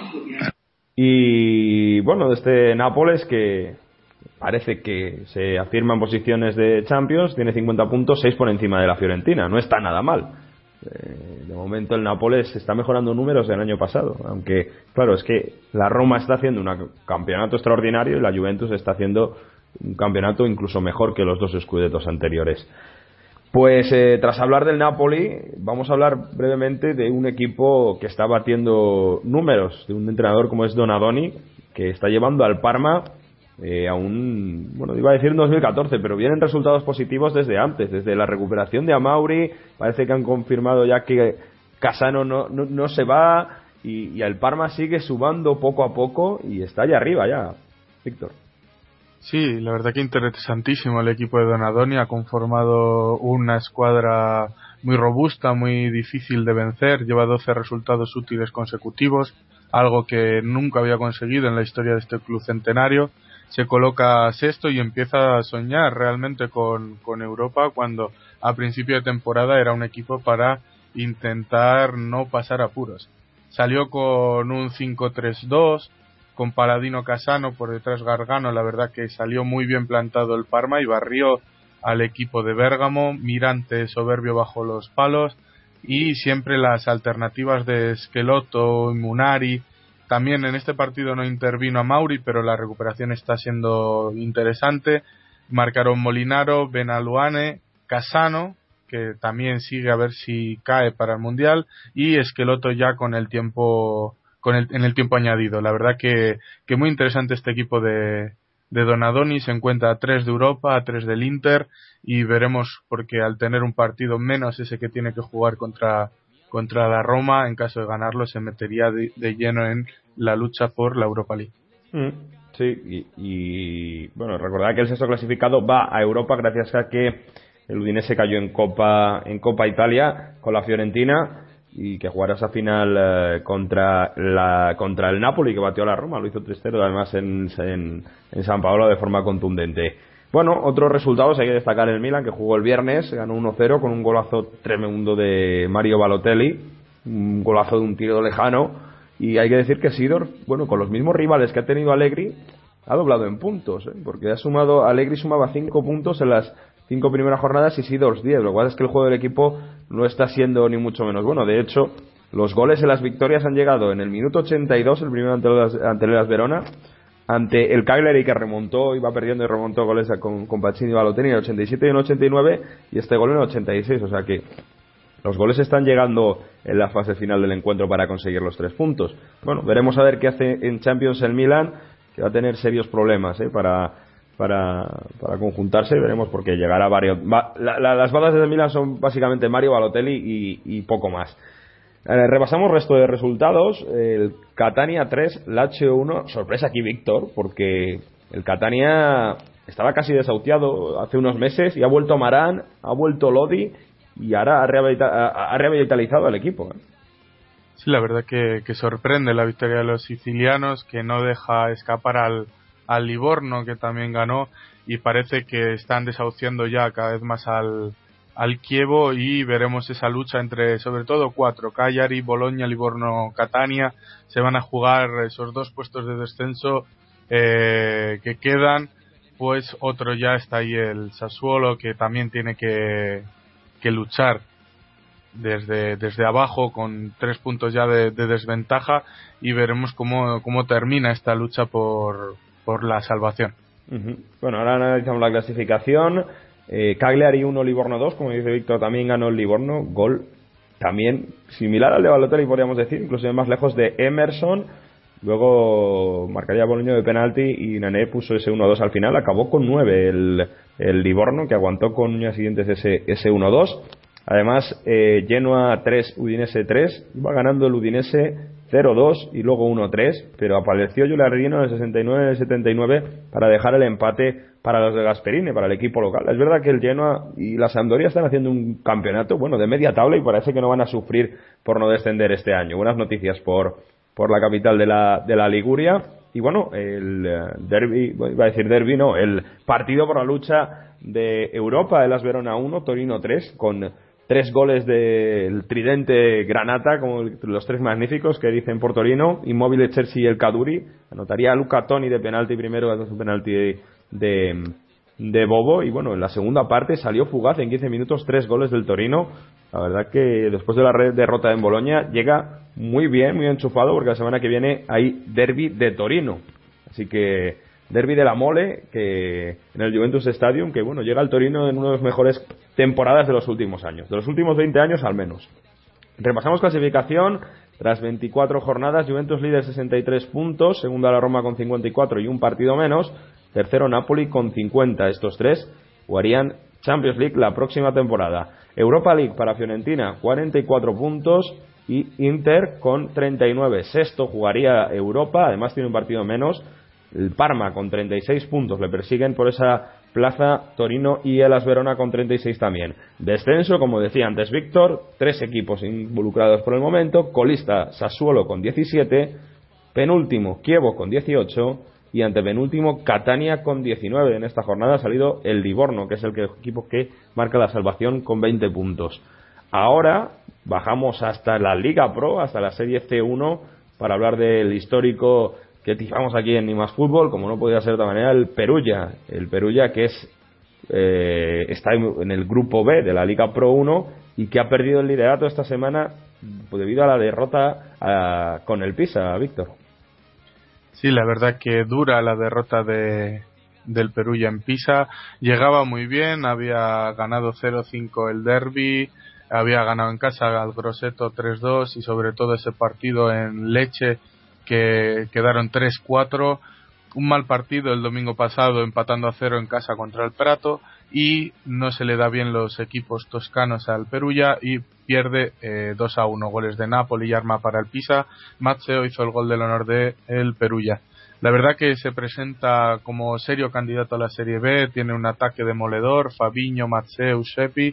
Speaker 1: Y bueno, de este Nápoles que parece que se afirma en posiciones de Champions, tiene 50 puntos, 6 por encima de la Fiorentina, no está nada mal. De momento el Nápoles está mejorando números del año pasado, aunque claro, es que la Roma está haciendo un campeonato extraordinario y la Juventus está haciendo un campeonato incluso mejor que los 2 Scudettos anteriores. Pues tras hablar del Napoli, vamos a hablar brevemente de un equipo que está batiendo números, de un entrenador como es Donadoni, que está llevando al Parma bueno, iba a decir en 2014, pero vienen resultados positivos desde antes, desde la recuperación de Amauri. Parece que han confirmado ya que Casano no se va y el Parma sigue sumando poco a poco y está allá arriba ya, Víctor.
Speaker 6: Sí, la verdad que interesantísimo el equipo de Donadoni. Ha conformado una escuadra muy robusta, muy difícil de vencer. Lleva 12 resultados útiles consecutivos, algo que nunca había conseguido en la historia de este club centenario. Se coloca sexto y empieza a soñar realmente con Europa, cuando a principio de temporada era un equipo para intentar no pasar apuros. Salió con un 5-3-2, con Paladino Casano, por detrás Gargano. La verdad que salió muy bien plantado el Parma y barrió al equipo de Bérgamo. Mirante soberbio bajo los palos y siempre las alternativas de Schelotto y Munari. También en este partido no intervino a Mauri, pero la recuperación está siendo interesante. Marcaron Molinaro, Benaluane, Casano, que también sigue a ver si cae para el Mundial, y Schelotto ya con el tiempo en el tiempo añadido. La verdad que muy interesante este equipo de Donadoni. Se encuentra a 3 de Europa, a 3 del Inter, y veremos, porque al tener un partido menos ese que tiene que jugar contra la Roma, en caso de ganarlo se metería de lleno en la lucha por la Europa League.
Speaker 1: Sí, y bueno, recordad que el sexto clasificado va a Europa gracias a que el Udinese cayó en Copa Italia con la Fiorentina. y que jugará esa final contra el Napoli, que batió a la Roma, lo hizo 3-0 además en San Paolo de forma contundente. Bueno, otros resultados hay que destacar el Milan, que jugó el viernes, ganó 1-0 con un golazo tremendo de Mario Balotelli, un golazo de un tiro lejano, y hay que decir que Seedorf, bueno, con los mismos rivales que ha tenido Allegri, ha doblado en puntos, porque Allegri sumaba 5 puntos en las 5 primeras jornadas y Seedorf 10, lo cual es que el juego del equipo no está siendo ni mucho menos bueno. De hecho, los goles en las victorias han llegado en el minuto 82, el primero ante el Hellas Verona, ante el Cagliari, que remontó, iba perdiendo y remontó goles con Pacini y Balotelli en el 87 y en el 89, y este gol en el 86, o sea que los goles están llegando en la fase final del encuentro para conseguir los 3 puntos. Bueno, veremos a ver qué hace en Champions el Milan, que va a tener serios problemas para conjuntarse, veremos, porque llegará varios. Las balas del Milan son básicamente Mario Balotelli y poco más. Repasamos resto de resultados. El Catania 3, Lazio 1. Sorpresa aquí, Víctor, porque el Catania estaba casi desahuciado hace unos meses y ha vuelto Marán, ha vuelto Lodi y ahora ha revitalizado al equipo.
Speaker 6: Sí, la verdad que sorprende la victoria de los sicilianos, que no deja escapar al Livorno, que también ganó, y parece que están desahuciando ya cada vez más al Chievo, y veremos esa lucha entre sobre todo 4, Cagliari, Bologna, Livorno, Catania. Se van a jugar esos 2 puestos de descenso que quedan. Pues otro ya está ahí, el Sassuolo, que también tiene que luchar desde abajo con 3 puntos ya de desventaja, y veremos cómo termina esta lucha por la salvación.
Speaker 1: Bueno, ahora analizamos la clasificación. Cagliari 1, Livorno 2, como dice Víctor, también ganó el Livorno, gol también similar al de Balotelli, podríamos decir, incluso más lejos, de Emerson. Luego marcaría Bologna de penalti y Nané puso ese 1-2 al final. Acabó con 9 el Livorno, que aguantó con uñas siguientes ese 1-2. Además, Genoa 3, Udinese 3, iba ganando el Udinese 0-2 y luego 1-3, pero apareció Giuliano en el 69 y en el 79 para dejar el empate para los de Gasperini, para el equipo local. Es verdad que el Genoa y la Sampdoria están haciendo un campeonato, bueno, de media tabla, y parece que no van a sufrir por no descender este año. Buenas noticias por la capital de la Liguria. Y bueno, el el partido por la lucha de Europa, el Hellas Verona 1, Torino 3, con 3 goles del tridente Granata, como los 3 magníficos que dicen por Torino, Immobile, Chelsea y el Kaduri. Anotaría Luca Toni de penalti primero, un penalti de Bobo, y bueno, en la segunda parte salió fugaz en 15 minutos 3 goles del Torino. La verdad que después de la derrota en Bolonia llega muy bien, muy enchufado, porque la semana que viene hay derbi de Torino, así que derbi de la Mole, que en el Juventus Stadium, que bueno, llega al Torino en una de las mejores temporadas de los últimos años, de los últimos 20 años al menos. Repasamos clasificación. Tras 24 jornadas, Juventus líder 63 puntos, segunda la Roma con 54 y un partido menos, tercero Napoli con 50. Estos 3 jugarían Champions League la próxima temporada. Europa League para Fiorentina 44 puntos y Inter con 39. Sexto jugaría Europa, además tiene un partido menos. El Parma con 36 puntos, le persiguen por esa plaza Torino y Hellas Verona con 36 también. Descenso, como decía antes Víctor, 3 equipos involucrados por el momento. Colista Sassuolo con 17, penúltimo Chievo con 18 y antepenúltimo Catania con 19. En esta jornada ha salido el Livorno, que es el equipo que marca la salvación con 20 puntos. Ahora bajamos hasta la Liga Pro, hasta la Serie C1, para hablar del histórico que tifamos aquí en Ni Más Fútbol, como no podía ser de otra manera, el Perugia que está en el grupo B de la Liga Pro 1 y que ha perdido el liderato esta semana debido a la derrota con el Pisa, Víctor.
Speaker 6: Sí, la verdad que dura la derrota del Perugia en Pisa. Llegaba muy bien, había ganado 0-5 el derbi, había ganado en casa al Grosseto 3-2 y sobre todo ese partido en Lecce que quedaron 3-4. Un mal partido el domingo pasado, empatando a 0 en casa contra el Prato, y no se le da bien los equipos toscanos al Perugia y pierde 2-1. Goles de Napoli y arma para el Pisa. Mazzeo hizo el gol del honor de el Perugia. La verdad que se presenta como serio candidato a la Serie B, tiene un ataque demoledor, Fabinho, Mazzeo, Seppi,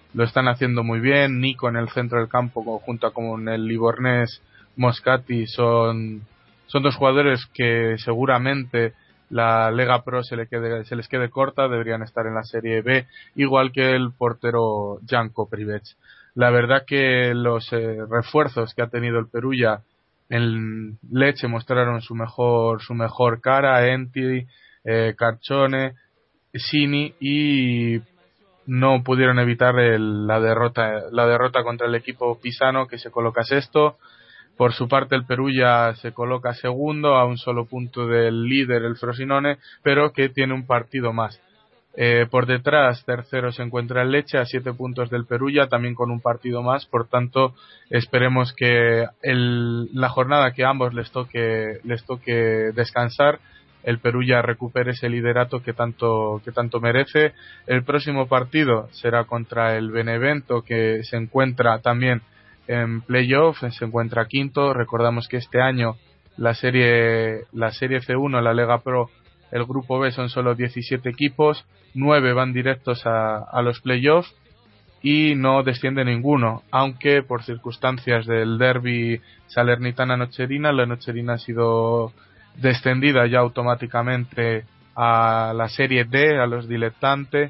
Speaker 6: lo están haciendo muy bien. Nico en el centro del campo junto con el livornés Moscati son dos jugadores que seguramente la Lega Pro se les quede corta, deberían estar en la Serie B, igual que el portero Janko Privec. La verdad que los refuerzos que ha tenido el Perugia en Lecce mostraron su mejor cara, Enti, Carcione, Sini, y no pudieron evitar la derrota contra el equipo pisano, que se coloca sexto. Por su parte, el Perugia se coloca segundo, a un solo punto del líder, el Frosinone, pero que tiene un partido más. Por detrás, tercero se encuentra el Lecce, a 7 puntos del Perugia, también con un partido más. Por tanto, esperemos que la jornada que a ambos les toque descansar, el Perugia recupere ese liderato que tanto merece. El próximo partido será contra el Benevento, que se encuentra también en playoff, se encuentra quinto. Recordamos que este año la serie C1, la Lega Pro, el grupo B son solo 17 equipos, 9 van directos a los playoffs y no desciende ninguno, aunque por circunstancias del derbi Salernitana-Nocerina, la Nocerina ha sido descendida ya automáticamente a la Serie D, a los dilettantes.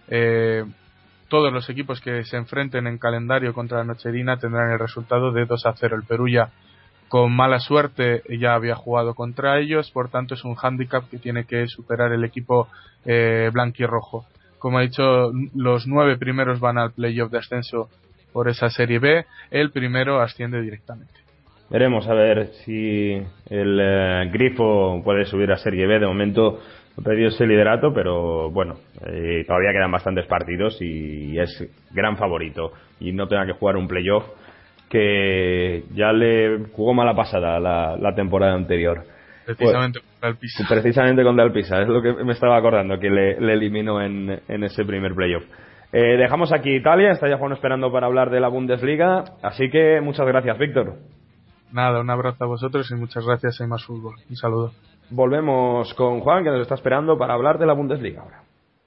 Speaker 6: Todos los equipos que se enfrenten en calendario contra la Nocerina tendrán el resultado de 2-0. El Perugia, con mala suerte, ya había jugado contra ellos, por tanto es un hándicap que tiene que superar el equipo blanquirrojo. Como he dicho, los 9 primeros van al playoff de ascenso por esa Serie B, el primero asciende directamente.
Speaker 1: Veremos a ver si el Grifo puede subir a Serie B. De momento ha perdido ese liderato, pero bueno, todavía quedan bastantes partidos y es gran favorito. Y no tenga que jugar un playoff, que ya le jugó mala pasada la temporada anterior.
Speaker 6: Precisamente contra el Pisa.
Speaker 1: Precisamente contra el Pisa, es lo que me estaba acordando, que le eliminó en ese primer playoff. Dejamos aquí Italia, está ya Juan esperando para hablar de la Bundesliga, así que muchas gracias, Víctor.
Speaker 6: Nada, un abrazo a vosotros y muchas gracias a Más Fútbol. Un saludo.
Speaker 1: Volvemos con Juan, que nos está esperando para hablar de la Bundesliga ahora.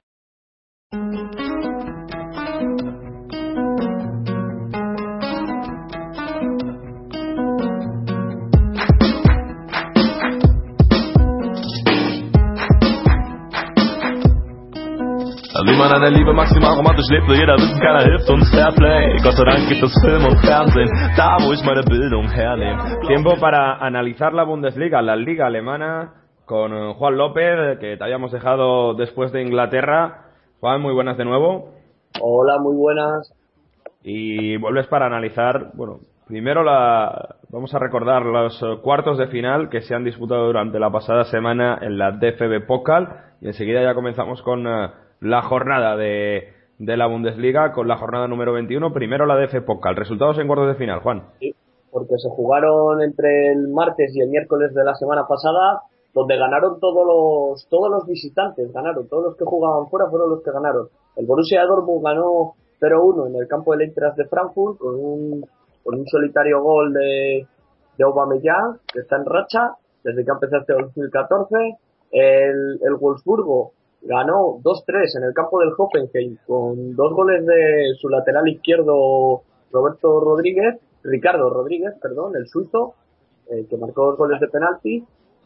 Speaker 10: Wie man eine Liebe maximal romantisch lebt, will jeder wissen, keiner hilft uns Fairplay. Gott sei Dank gibt es Film und Fernsehen, da wo ich meine Bildung hernehme.
Speaker 1: Tiempo para analizar la Bundesliga, la liga alemana, con Juan López, que te habíamos dejado después de Inglaterra. Juan, muy buenas de nuevo.
Speaker 4: Hola, muy buenas.
Speaker 1: Y vuelves para analizar, bueno, primero vamos a recordar los cuartos de final que se han disputado durante la pasada semana en la DFB Pokal, y enseguida ya comenzamos con la jornada de la Bundesliga, con la jornada número 21. Primero la DFB Pokal. Resultados en cuartos de final, Juan.
Speaker 4: Sí, porque se jugaron entre el martes y el miércoles de la semana pasada, donde ganaron todos los visitantes, todos los que jugaban fuera fueron los que ganaron. El Borussia Dortmund ganó 0-1 en el campo del Eintracht de Frankfurt con un solitario gol de Aubameyang, que está en racha desde que empezó este 2014. El Wolfsburgo ganó 2-3 en el campo del Hoffenheim con 2 goles de su lateral izquierdo Ricardo Rodríguez, el suizo, que marcó 2 goles de penalti.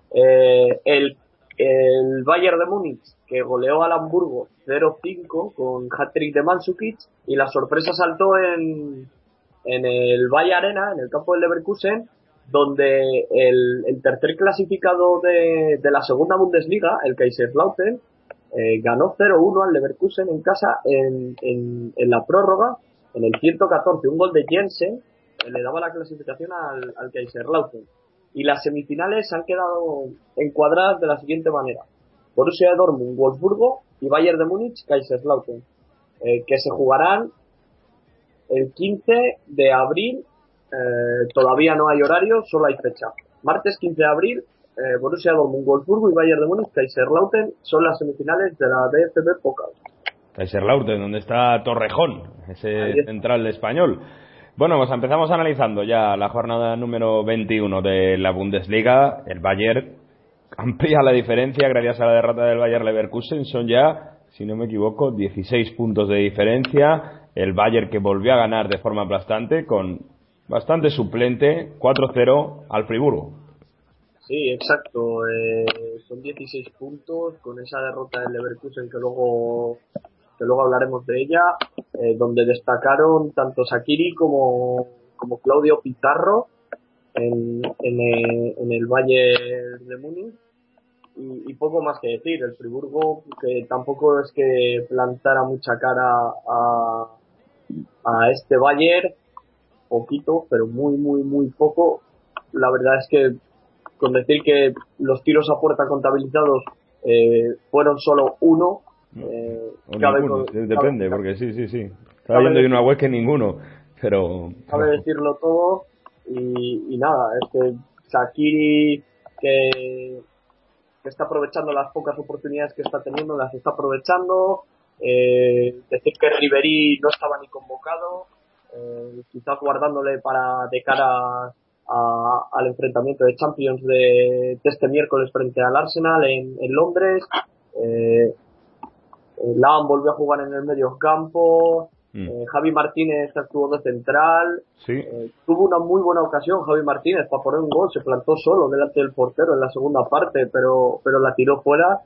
Speaker 4: El Bayern de Múnich, que goleó al Hamburgo 0-5 con hat-trick de Mandzukic, y la sorpresa saltó en el Bayer Arena, en el campo del Leverkusen, donde el tercer clasificado de la segunda Bundesliga, el Kaiserslautern, ganó 0-1 al Leverkusen en casa en la prórroga, en el 114. Un gol de Jensen le daba la clasificación al Kaiserslautern. Y las semifinales han quedado encuadradas de la siguiente manera: Borussia Dortmund, Wolfsburgo, y Bayern de Múnich, Kaiserslautern, que se jugarán el 15 de abril. Todavía no hay horario, solo hay fecha. Martes 15 de abril, Borussia Dortmund, Wolfsburgo y Bayern de Múnich, Kaiserslautern son las semifinales de la DFB Pokal.
Speaker 1: Kaiserslautern, donde está Torrejón, ese central español. Bueno, pues empezamos analizando ya la jornada número 21 de la Bundesliga. El Bayern amplía la diferencia gracias a la derrota del Bayer Leverkusen. Son ya, si no me equivoco, 16 puntos de diferencia. el Bayern, que volvió a ganar de forma aplastante con bastante suplente, 4-0 al Friburgo.
Speaker 4: Sí, exacto. Son 16 puntos con esa derrota del Leverkusen que luego hablaremos de ella, donde destacaron tanto Shaqiri como Claudio Pizarro en el Bayern de Múnich. Y poco más que decir. El Friburgo, que tampoco es que plantara mucha cara a este Bayern, poquito, pero muy, muy, muy poco. La verdad es que con decir que los tiros a puerta contabilizados fueron solo uno.
Speaker 1: Depende, porque sí. Estaba viendo yo una web que ninguno, pero...
Speaker 4: Cabe decirlo todo y nada, es que Shaqiri que está aprovechando las pocas oportunidades que está teniendo, las está aprovechando. Decir que Ribéry no estaba ni convocado, quizás guardándole de cara al enfrentamiento de Champions de este miércoles frente al Arsenal en Londres. Lahm volvió a jugar en el medio campo. Javi Martínez actuó de central.
Speaker 1: Sí.
Speaker 4: Tuvo una muy buena ocasión Javi Martínez para poner un gol, se plantó solo delante del portero en la segunda parte, pero la tiró fuera.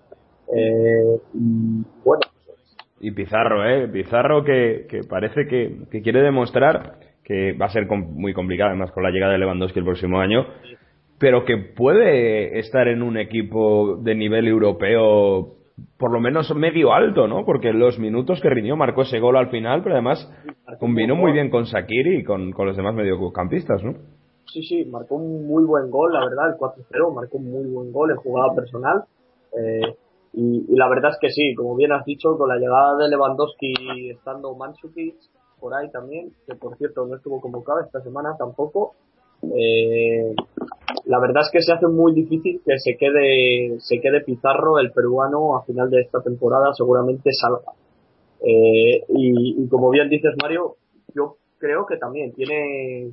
Speaker 4: Bueno.
Speaker 1: Y Pizarro que parece que quiere demostrar que va a ser muy complicado, además con la llegada de Lewandowski el próximo año, pero que puede estar en un equipo de nivel europeo por lo menos medio alto, ¿no? Porque los minutos que rindió marcó ese gol al final, pero además combinó muy bien con Shaqiri y con los demás mediocampistas, ¿no?
Speaker 4: Sí, marcó un muy buen gol, la verdad, el 4-0, marcó un muy buen gol en jugada personal. Y la verdad es que sí, como bien has dicho, con la llegada de Lewandowski estando Mandzukic por ahí también, que por cierto no estuvo convocado esta semana tampoco, la verdad es que se hace muy difícil que se quede Pizarro, el peruano, a final de esta temporada seguramente salga. Y como bien dices, Mario, yo creo que también tiene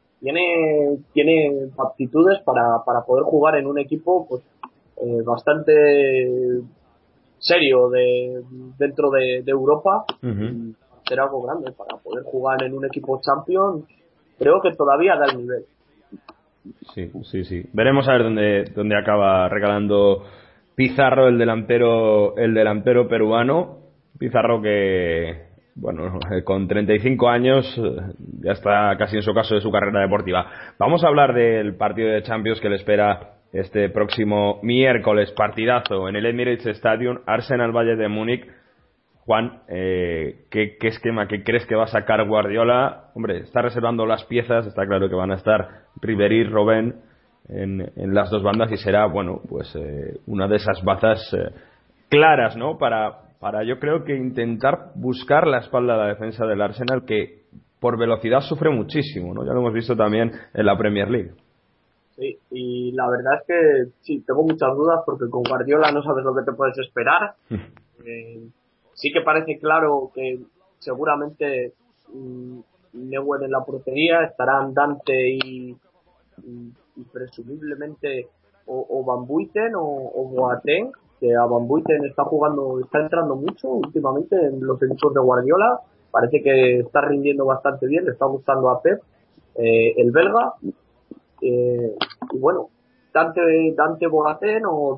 Speaker 4: aptitudes para poder jugar en un equipo pues bastante serio dentro de Europa. Y hacer algo grande para poder jugar en un equipo Champions. Creo que todavía da el nivel.
Speaker 1: Sí. Veremos a ver dónde acaba recalando Pizarro, el delantero peruano. Pizarro que, bueno, con 35 años ya está casi en su caso de su carrera deportiva. Vamos a hablar del partido de Champions que le espera este próximo miércoles, partidazo en el Emirates Stadium, Arsenal-Bayern de Múnich. Juan, ¿qué esquema que crees que va a sacar Guardiola? Hombre, está reservando las piezas, está claro que van a estar Ribéry, Robben en las dos bandas y será, bueno, pues una de esas bazas claras, ¿no? Para yo creo que intentar buscar la espalda de la defensa del Arsenal, que por velocidad sufre muchísimo, ¿no? Ya lo hemos visto también en la Premier League.
Speaker 4: Sí, y la verdad es que sí, tengo muchas dudas porque con Guardiola no sabes lo que te puedes esperar. Sí que parece claro que seguramente Neuer en la portería, estarán Dante y presumiblemente o Van Buiten o Boateng, que a Van Buiten está entrando mucho últimamente en los equipos de Guardiola, parece que está rindiendo bastante bien, le está gustando a Pep, el belga, y bueno, Dante Boateng o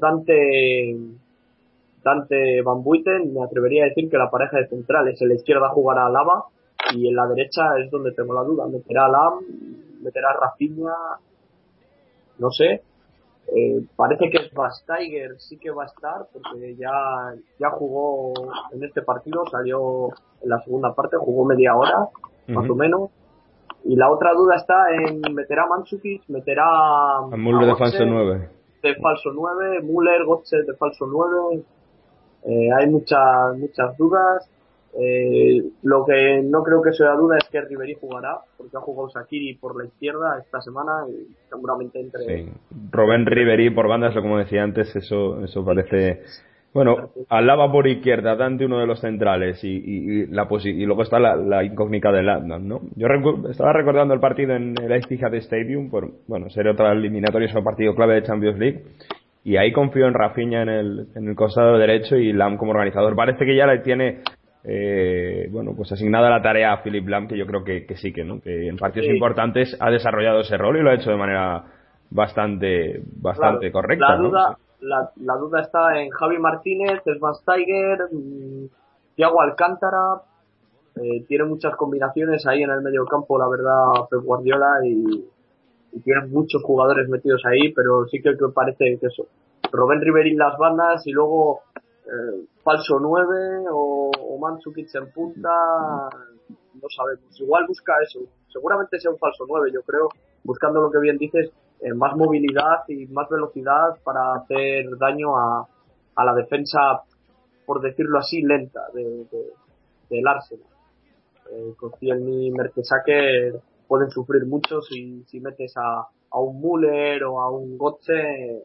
Speaker 4: Dante Van Buiten, me atrevería a decir que la pareja de centrales, en la izquierda jugará Alaba y en la derecha es donde tengo la duda, meterá a Lam, meterá a Rafinha, no sé. Parece que Schweinsteiger sí que va a estar porque ya jugó en este partido, salió en la segunda parte, jugó media hora más o menos, y la otra duda está en meter a Mandzukic, meter a
Speaker 1: Müller de falso 9,
Speaker 4: Müller, Götze de falso 9. Hay muchas dudas. Lo que no creo que sea duda es que Ribéry jugará, porque ha jugado Shaqiri por la izquierda esta semana y seguramente entre...
Speaker 1: Sí. Robben, Ribéry por bandas, como decía antes, eso parece... Bueno, Alaba por izquierda, Dante uno de los centrales y luego está la incógnita de Latman, ¿no? Yo estaba recordando el partido en el Etihad Stadium, ser otra eliminatoria, es un partido clave de Champions League, y ahí confío en Rafinha en el costado derecho y Lam como organizador. Parece que ya le tiene bueno, pues asignada la tarea a Philipp Lahm, que yo creo que sí, que no, que en partidos importantes ha desarrollado ese rol y lo ha hecho de manera bastante
Speaker 4: Claro,
Speaker 1: correcta.
Speaker 4: la duda, ¿no? La duda está en Javi Martínez, Schweinsteiger, Thiago Alcántara. Tiene muchas combinaciones ahí en el medio campo, la verdad, Pep Guardiola, y tiene muchos jugadores metidos ahí, pero sí que parece que eso. Robben Ribéry en las bandas y luego falso 9 o Mandzukic en punta, no sabemos. Igual busca eso, seguramente sea un falso 9, yo creo, buscando lo que bien dices, más movilidad y más velocidad para hacer daño a la defensa, por decirlo así, lenta del Arsenal. Koscielny y Mertesacker pueden sufrir mucho si metes a un Müller o a un Götze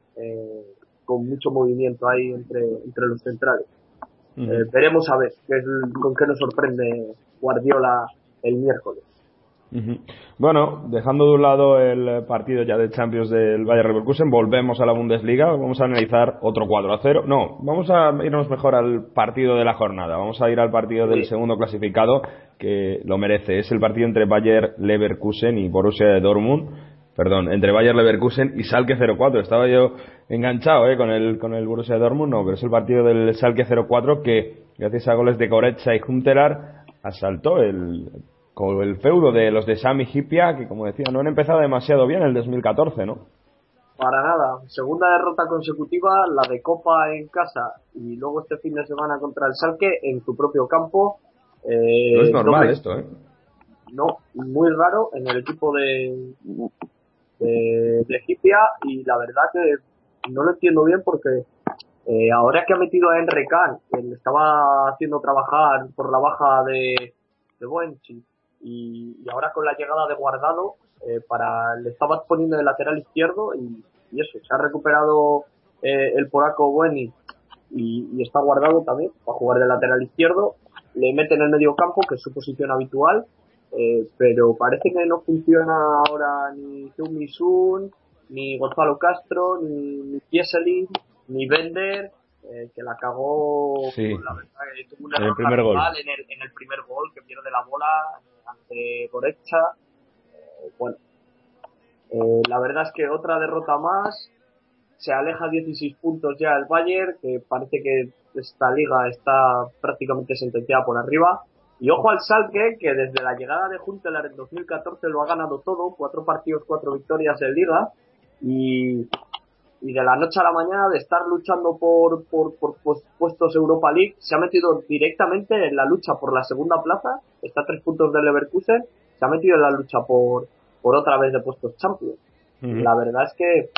Speaker 4: con mucho movimiento ahí entre los centrales. Veremos a ver con qué nos sorprende Guardiola el miércoles.
Speaker 1: Bueno, dejando de un lado el partido ya de Champions del Bayer Leverkusen, volvemos a la Bundesliga. Vamos a analizar otro 4-0. No, vamos a irnos mejor al partido de la jornada. Vamos a ir al partido del segundo clasificado, que lo merece. Es el partido entre Bayer Leverkusen y Borussia de Dortmund. Perdón, entre Bayer Leverkusen y Schalke 04. Estaba yo enganchado con el Borussia de Dortmund, no, pero es el partido del Schalke 04 que, gracias a goles de Goretzka y Huntelaar, asaltó con el feudo de los de Sami Hyypiä, que, como decía, no han empezado demasiado bien el 2014, ¿no?
Speaker 4: Para nada. Segunda derrota consecutiva, la de Copa en casa y luego este fin de semana contra el Schalke en su propio campo.
Speaker 1: No es normal esto,
Speaker 4: No, muy raro en el equipo de Hyypiä, y la verdad que no lo entiendo bien porque ahora que ha metido a Emre Can, que le estaba haciendo trabajar por la baja de Boenchi, y ahora con la llegada de Guardado, le estaba poniendo de lateral izquierdo y eso, se ha recuperado el polaco Boeni y está Guardado también para jugar de lateral izquierdo. Le mete en el medio campo, que es su posición habitual, pero parece que no funciona ahora ni Heung-min Son, ni Gonzalo Castro, ni Kieselin, ni Bender, que la cagó.
Speaker 1: Sí.
Speaker 4: La verdad que tuvo un error en el primer gol, que pierde la bola ante Goretzka. La verdad es que otra derrota más, se aleja 16 puntos ya el Bayern, que parece que esta liga está prácticamente sentenciada por arriba. Y ojo al Schalke, que desde la llegada de Huntelaar en 2014 lo ha ganado todo, 4 partidos, 4 victorias en liga, y de la noche a la mañana, de estar luchando por puestos Europa League, se ha metido directamente en la lucha por la segunda plaza, está a 3 puntos del Leverkusen, se ha metido en la lucha por otra vez de puestos Champions. La verdad es que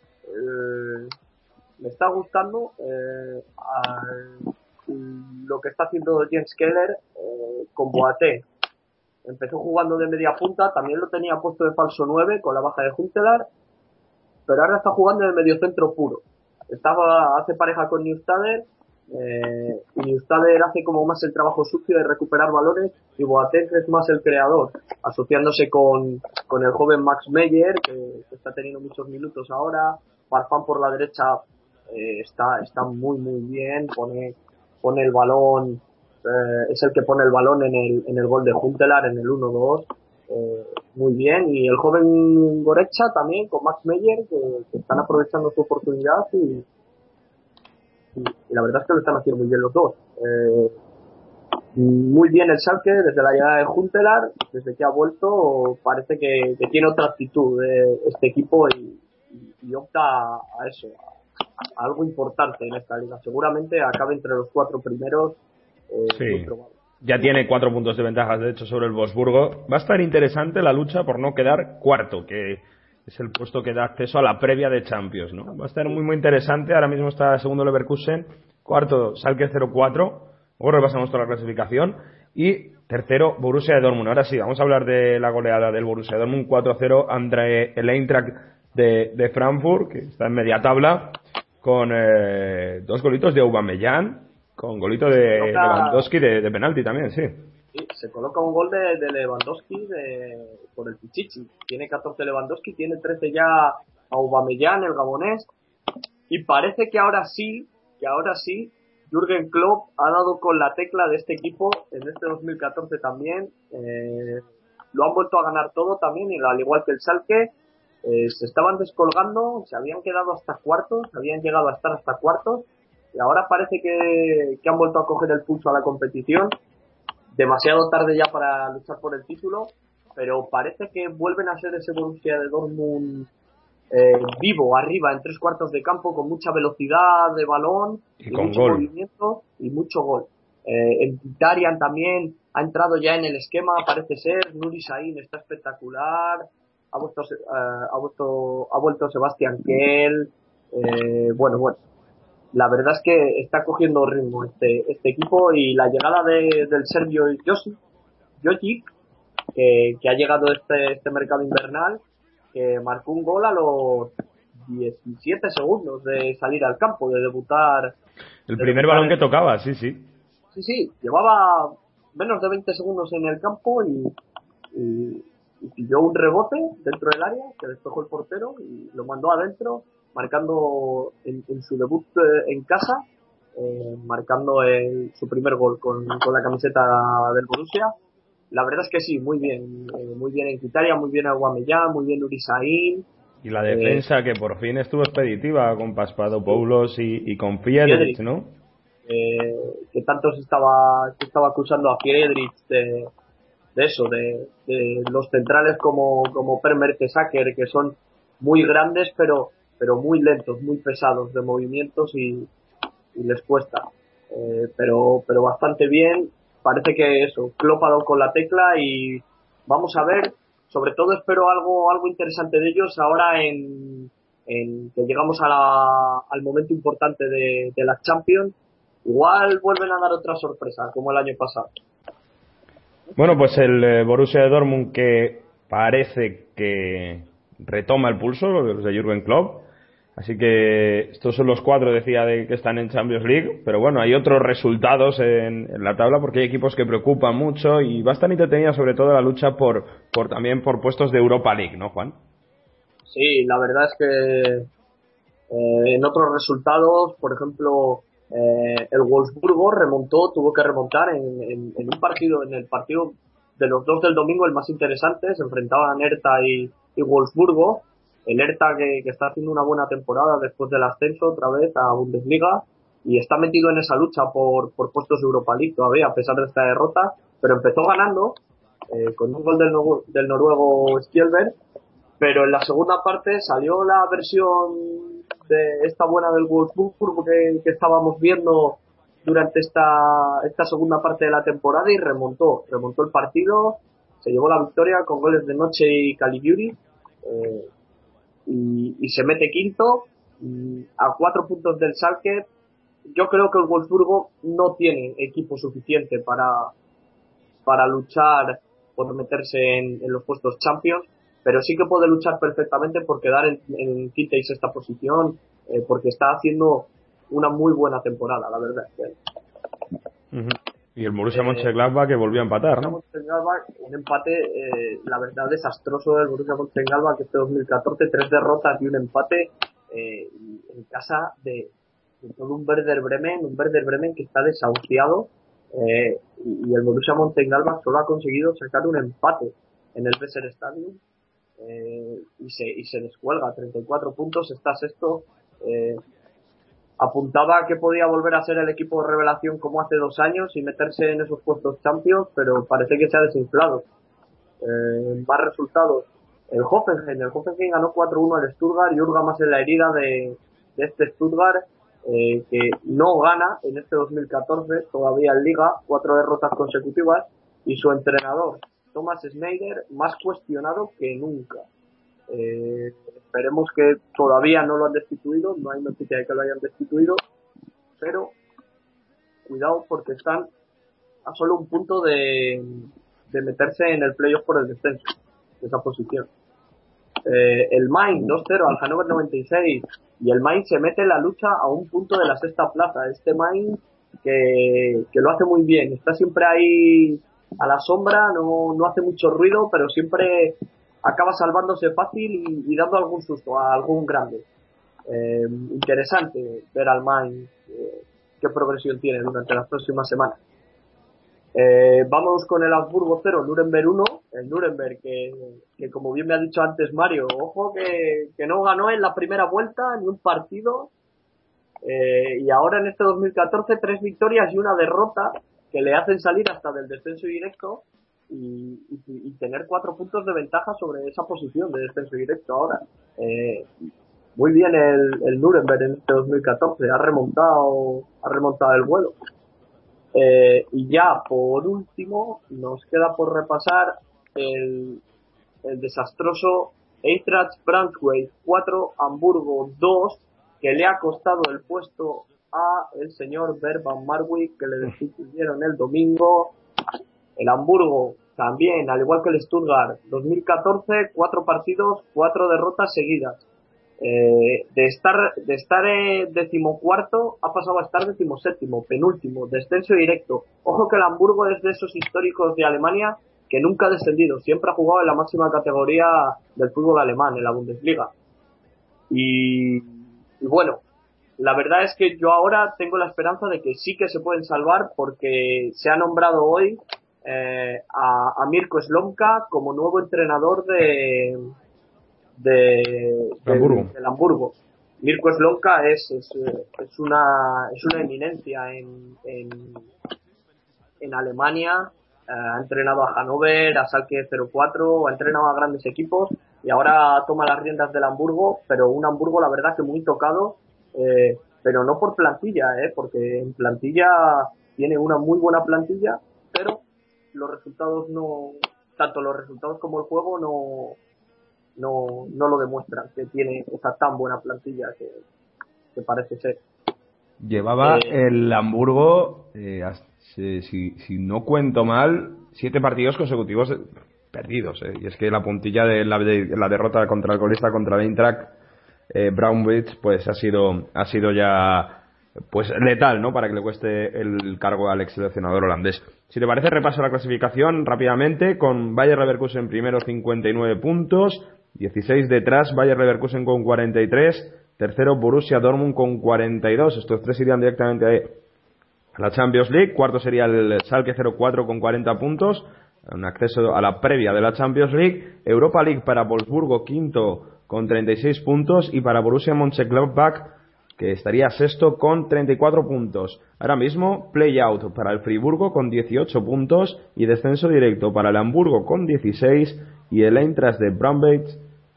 Speaker 4: me está gustando lo que está haciendo Jens Keller con Boateng. Empezó jugando de media punta, también lo tenía puesto de falso 9 con la baja de Huntelaar, pero ahora está jugando de medio centro puro. Hace pareja con Neustader, y Neustader hace como más el trabajo sucio de recuperar balones, y Boateng es más el creador, asociándose con el joven Max Meyer, que está teniendo muchos minutos ahora. Farfán por la derecha está muy muy bien, pone el balón, es el que pone el balón en el gol de Huntelaar, en el 1-2, muy bien. Y el joven Goretzka también con Max Meyer, que están aprovechando su oportunidad, y la verdad es que lo están haciendo muy bien los dos. Muy bien el Schalke desde la llegada de Huntelaar, desde que ha vuelto parece que tiene otra actitud este equipo, y opta a eso, a algo importante en esta liga. Seguramente acabe entre los 4 primeros.
Speaker 1: Sí. Ya tiene 4 puntos de ventaja, de hecho, sobre el Wolfsburgo. Va a estar interesante la lucha por no quedar cuarto, que es el puesto que da acceso a la previa de Champions, ¿no? Va a estar muy muy interesante. Ahora mismo está segundo Leverkusen, cuarto Schalke 04. Luego repasamos toda la clasificación. Y tercero Borussia de Dortmund. Ahora sí, vamos a hablar de la goleada del Borussia de Dortmund 4-0 ante el Eintracht de Frankfurt, que está en media tabla, con 2 golitos de Aubameyang, con golito de Lewandowski de penalti también, sí.
Speaker 4: Sí, se coloca un gol de Lewandowski por el Pichichi. Tiene 14 Lewandowski, tiene 13 ya Aubameyang, el gabonés. Y parece que ahora sí Jürgen Klopp ha dado con la tecla de este equipo en este 2014 también. Lo han vuelto a ganar todo también, y al igual que el Schalke, se estaban descolgando, se habían quedado hasta cuartos, habían llegado a estar hasta cuartos, y ahora parece que han vuelto a coger el pulso a la competición. Demasiado tarde ya para luchar por el título, pero parece que vuelven a ser ese Borussia de Dortmund vivo arriba en tres cuartos de campo, con mucha velocidad de balón y mucho
Speaker 1: gol.
Speaker 4: movimiento y mucho gol. En Mkhitaryan también ha entrado ya en el esquema, parece ser. Nuri Sahin está espectacular. Ha vuelto Sebastian Kehl. Bueno, la verdad es que está cogiendo ritmo este equipo, y la llegada del serbio Jokic, que ha llegado este mercado invernal, que marcó un gol a los 17 segundos de salir al campo, de debutar.
Speaker 1: El primer balón que tocaba, sí.
Speaker 4: Sí, llevaba menos de 20 segundos en el campo y pilló un rebote dentro del área que despejó el portero y lo mandó adentro, marcando en su debut en casa, marcando su primer gol con la camiseta del Borussia. La verdad es que sí, muy bien en Mkhitaryan, muy bien Aubameyang, muy bien Nuri Sahin.
Speaker 1: Y la defensa que por fin estuvo expeditiva con Papadopoulos y con Friedrich, ¿no?
Speaker 4: Que tanto se estaba acusando a Friedrich de los centrales como Per Mertesacker, que son muy grandes pero muy lentos, muy pesados de movimientos y les cuesta. Pero bastante bien. Parece que Klopp ha dado con la tecla, y vamos a ver. Sobre todo espero algo interesante de ellos ahora en que llegamos al momento importante de la Champions. Igual vuelven a dar otra sorpresa como el año pasado.
Speaker 1: Bueno, pues el Borussia de Dortmund, que parece que retoma el pulso, los de Jürgen Klopp. Así que estos son los 4, decía, de que están en Champions League. Pero bueno, hay otros resultados en la tabla, porque hay equipos que preocupan mucho, y va a estar entretenida sobre todo la lucha también por puestos de Europa League, ¿no, Juan?
Speaker 4: Sí, la verdad es que en otros resultados, por ejemplo, el Wolfsburgo tuvo que remontar en el partido de los 2 del domingo, el más interesante. Se enfrentaban Hertha y Wolfsburgo. El Hertha que está haciendo una buena temporada después del ascenso otra vez a Bundesliga, y está metido en esa lucha por puestos de Europa League todavía, a pesar de esta derrota, pero empezó ganando con un gol del noruego Skjelberg, pero en la segunda parte salió la versión de esta buena del Wolfsburg que estábamos viendo durante esta segunda parte de la temporada, y remontó el partido, se llevó la victoria con goles de Noche y Caligiuri, y se mete quinto a 4 puntos del Schalke. Yo creo que el Wolfsburgo no tiene equipo suficiente para luchar por meterse en los puestos Champions, pero sí que puede luchar perfectamente por quedar en quinta y sexta posición, porque está haciendo una muy buena temporada, la verdad.
Speaker 1: Y el Borussia Mönchengladbach, que volvió a empatar, ¿no?
Speaker 4: Un empate, la verdad, desastroso del Borussia Mönchengladbach, que este 2014, 3 derrotas y un empate en casa de todo un Werder Bremen que está desahuciado, y el Borussia Mönchengladbach solo ha conseguido sacar un empate en el Weserstadion, y se descuelga 34 puntos, está sexto. Apuntaba que podía volver a ser el equipo de revelación como hace 2 años y meterse en esos puestos Champions, pero parece que se ha desinflado. Más resultados. El Hoffenheim ganó 4-1 al Stuttgart, y hurga más en la herida de este Stuttgart, que no gana en este 2014 todavía en Liga, 4 derrotas consecutivas, y su entrenador Thomas Schneider más cuestionado que nunca. Esperemos que todavía no lo han destituido, no hay noticia de que lo hayan destituido, pero cuidado, porque están a solo un punto de meterse en el playoff por el descenso de esa posición. El Mainz 2-0 al Hannover 96, y el Mainz se mete en la lucha a un punto de la sexta plaza. Este Mainz que lo hace muy bien, está siempre ahí a la sombra, no hace mucho ruido, pero siempre acaba salvándose fácil y dando algún susto a algún grande. Interesante ver al Mainz qué progresión tiene durante las próximas semanas. Vamos con el Augsburgo 0, Nuremberg 1. El Nuremberg que como bien me ha dicho antes Mario, ojo que no ganó en la primera vuelta ni un partido, y ahora en este 2014 3 victorias y una derrota que le hacen salir hasta del descenso directo y tener 4 puntos de ventaja sobre esa posición de descenso directo ahora. Muy bien el Nuremberg en este 2014, ha remontado el vuelo. Y ya por último nos queda por repasar el desastroso Eintracht Braunschweig 4, Hamburgo 2, que le ha costado el puesto a el señor Bert van Marwijk, que le destituyeron el domingo. El Hamburgo también, al igual que el Stuttgart, 2014, 4 partidos, 4 derrotas seguidas. De estar 14º ha pasado a estar 17º, penúltimo, descenso directo. Ojo que el Hamburgo es de esos históricos de Alemania que nunca ha descendido, siempre ha jugado en la máxima categoría del fútbol alemán, en la Bundesliga. Y bueno, la verdad es que yo ahora tengo la esperanza de que sí que se pueden salvar, porque se ha nombrado hoy a Mirko Slomka como nuevo entrenador del Hamburgo. Mirko Slomka es una eminencia en Alemania. Ha entrenado a Hannover, a Schalke 04, ha entrenado a grandes equipos y ahora toma las riendas del Hamburgo, pero un Hamburgo la verdad que muy tocado, pero no por plantilla, porque en plantilla tiene una muy buena plantilla, pero los resultados no, tanto los resultados como el juego no lo demuestran, que tiene esa tan buena plantilla que parece ser.
Speaker 1: Llevaba el Hamburgo, si no cuento mal, 7 partidos consecutivos perdidos, y es que la puntilla de la derrota contra el colista, contra el Eintracht Braunschweig, pues ha sido ya pues letal, ¿no? Para que le cueste el cargo al ex seleccionador holandés. Si te parece, repaso la clasificación rápidamente, con Bayer Leverkusen primero, 59 puntos, 16 detrás, Bayer Leverkusen con 43, tercero Borussia Dortmund con 42, estos 3 irían directamente a la Champions League. Cuarto sería el Schalke 04 con 40 puntos, un acceso a la previa de la Champions League. Europa League para Wolfsburgo, quinto con 36 puntos, y para Borussia Mönchengladbach, que estaría sexto con 34 puntos. Ahora mismo play-out para el Friburgo con 18 puntos y descenso directo para el Hamburgo con 16 y el Eintracht Braunschweig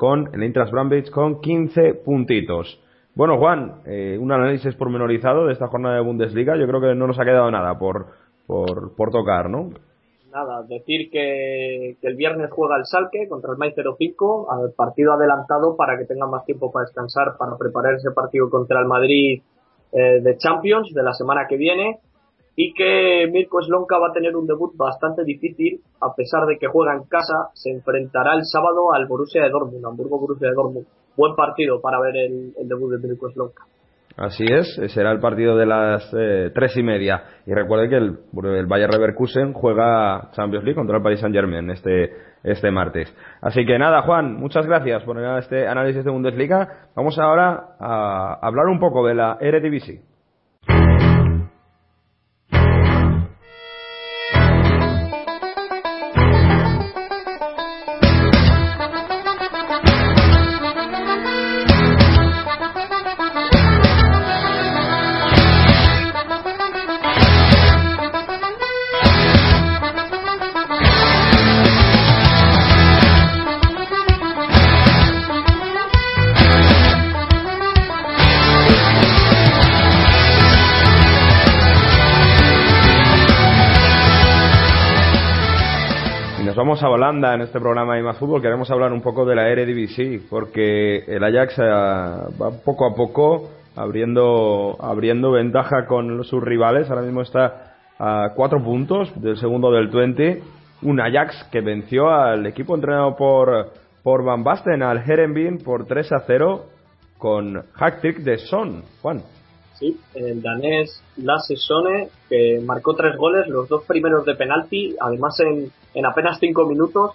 Speaker 1: con 15 puntitos. Bueno, Juan, un análisis pormenorizado de esta jornada de Bundesliga. Yo creo que no nos ha quedado nada por tocar, ¿no?
Speaker 4: Nada, decir que el viernes juega el Schalke contra el Mainz 05, al partido adelantado para que tengan más tiempo para descansar, para preparar ese partido contra el Madrid de Champions de la semana que viene, y que Mirko Slomka va a tener un debut bastante difícil, a pesar de que juega en casa. Se enfrentará el sábado al Borussia de Dortmund, Hamburgo-Borussia de Dortmund. Buen partido para ver el debut de Mirko Slomka.
Speaker 1: Así es, será el partido de las 3:30. Y recuerde que el Bayer Leverkusen juega Champions League contra el Paris Saint-Germain este martes. Así que nada, Juan, muchas gracias por este análisis de Bundesliga. Vamos ahora a hablar un poco de la Eredivisie. Vamos a Holanda en este programa de Más Fútbol. Queremos hablar un poco de la Eredivisie, porque el Ajax va poco a poco abriendo ventaja con sus rivales. Ahora mismo está a 4 puntos del segundo del Twente. Un Ajax que venció al equipo entrenado por Van Basten, al Heerenveen, por 3-0 con hat-trick de Son. Juan.
Speaker 4: Sí, el danés Lasse Sonne, que marcó 3 goles, los 2 primeros de penalti, además en apenas 5 minutos,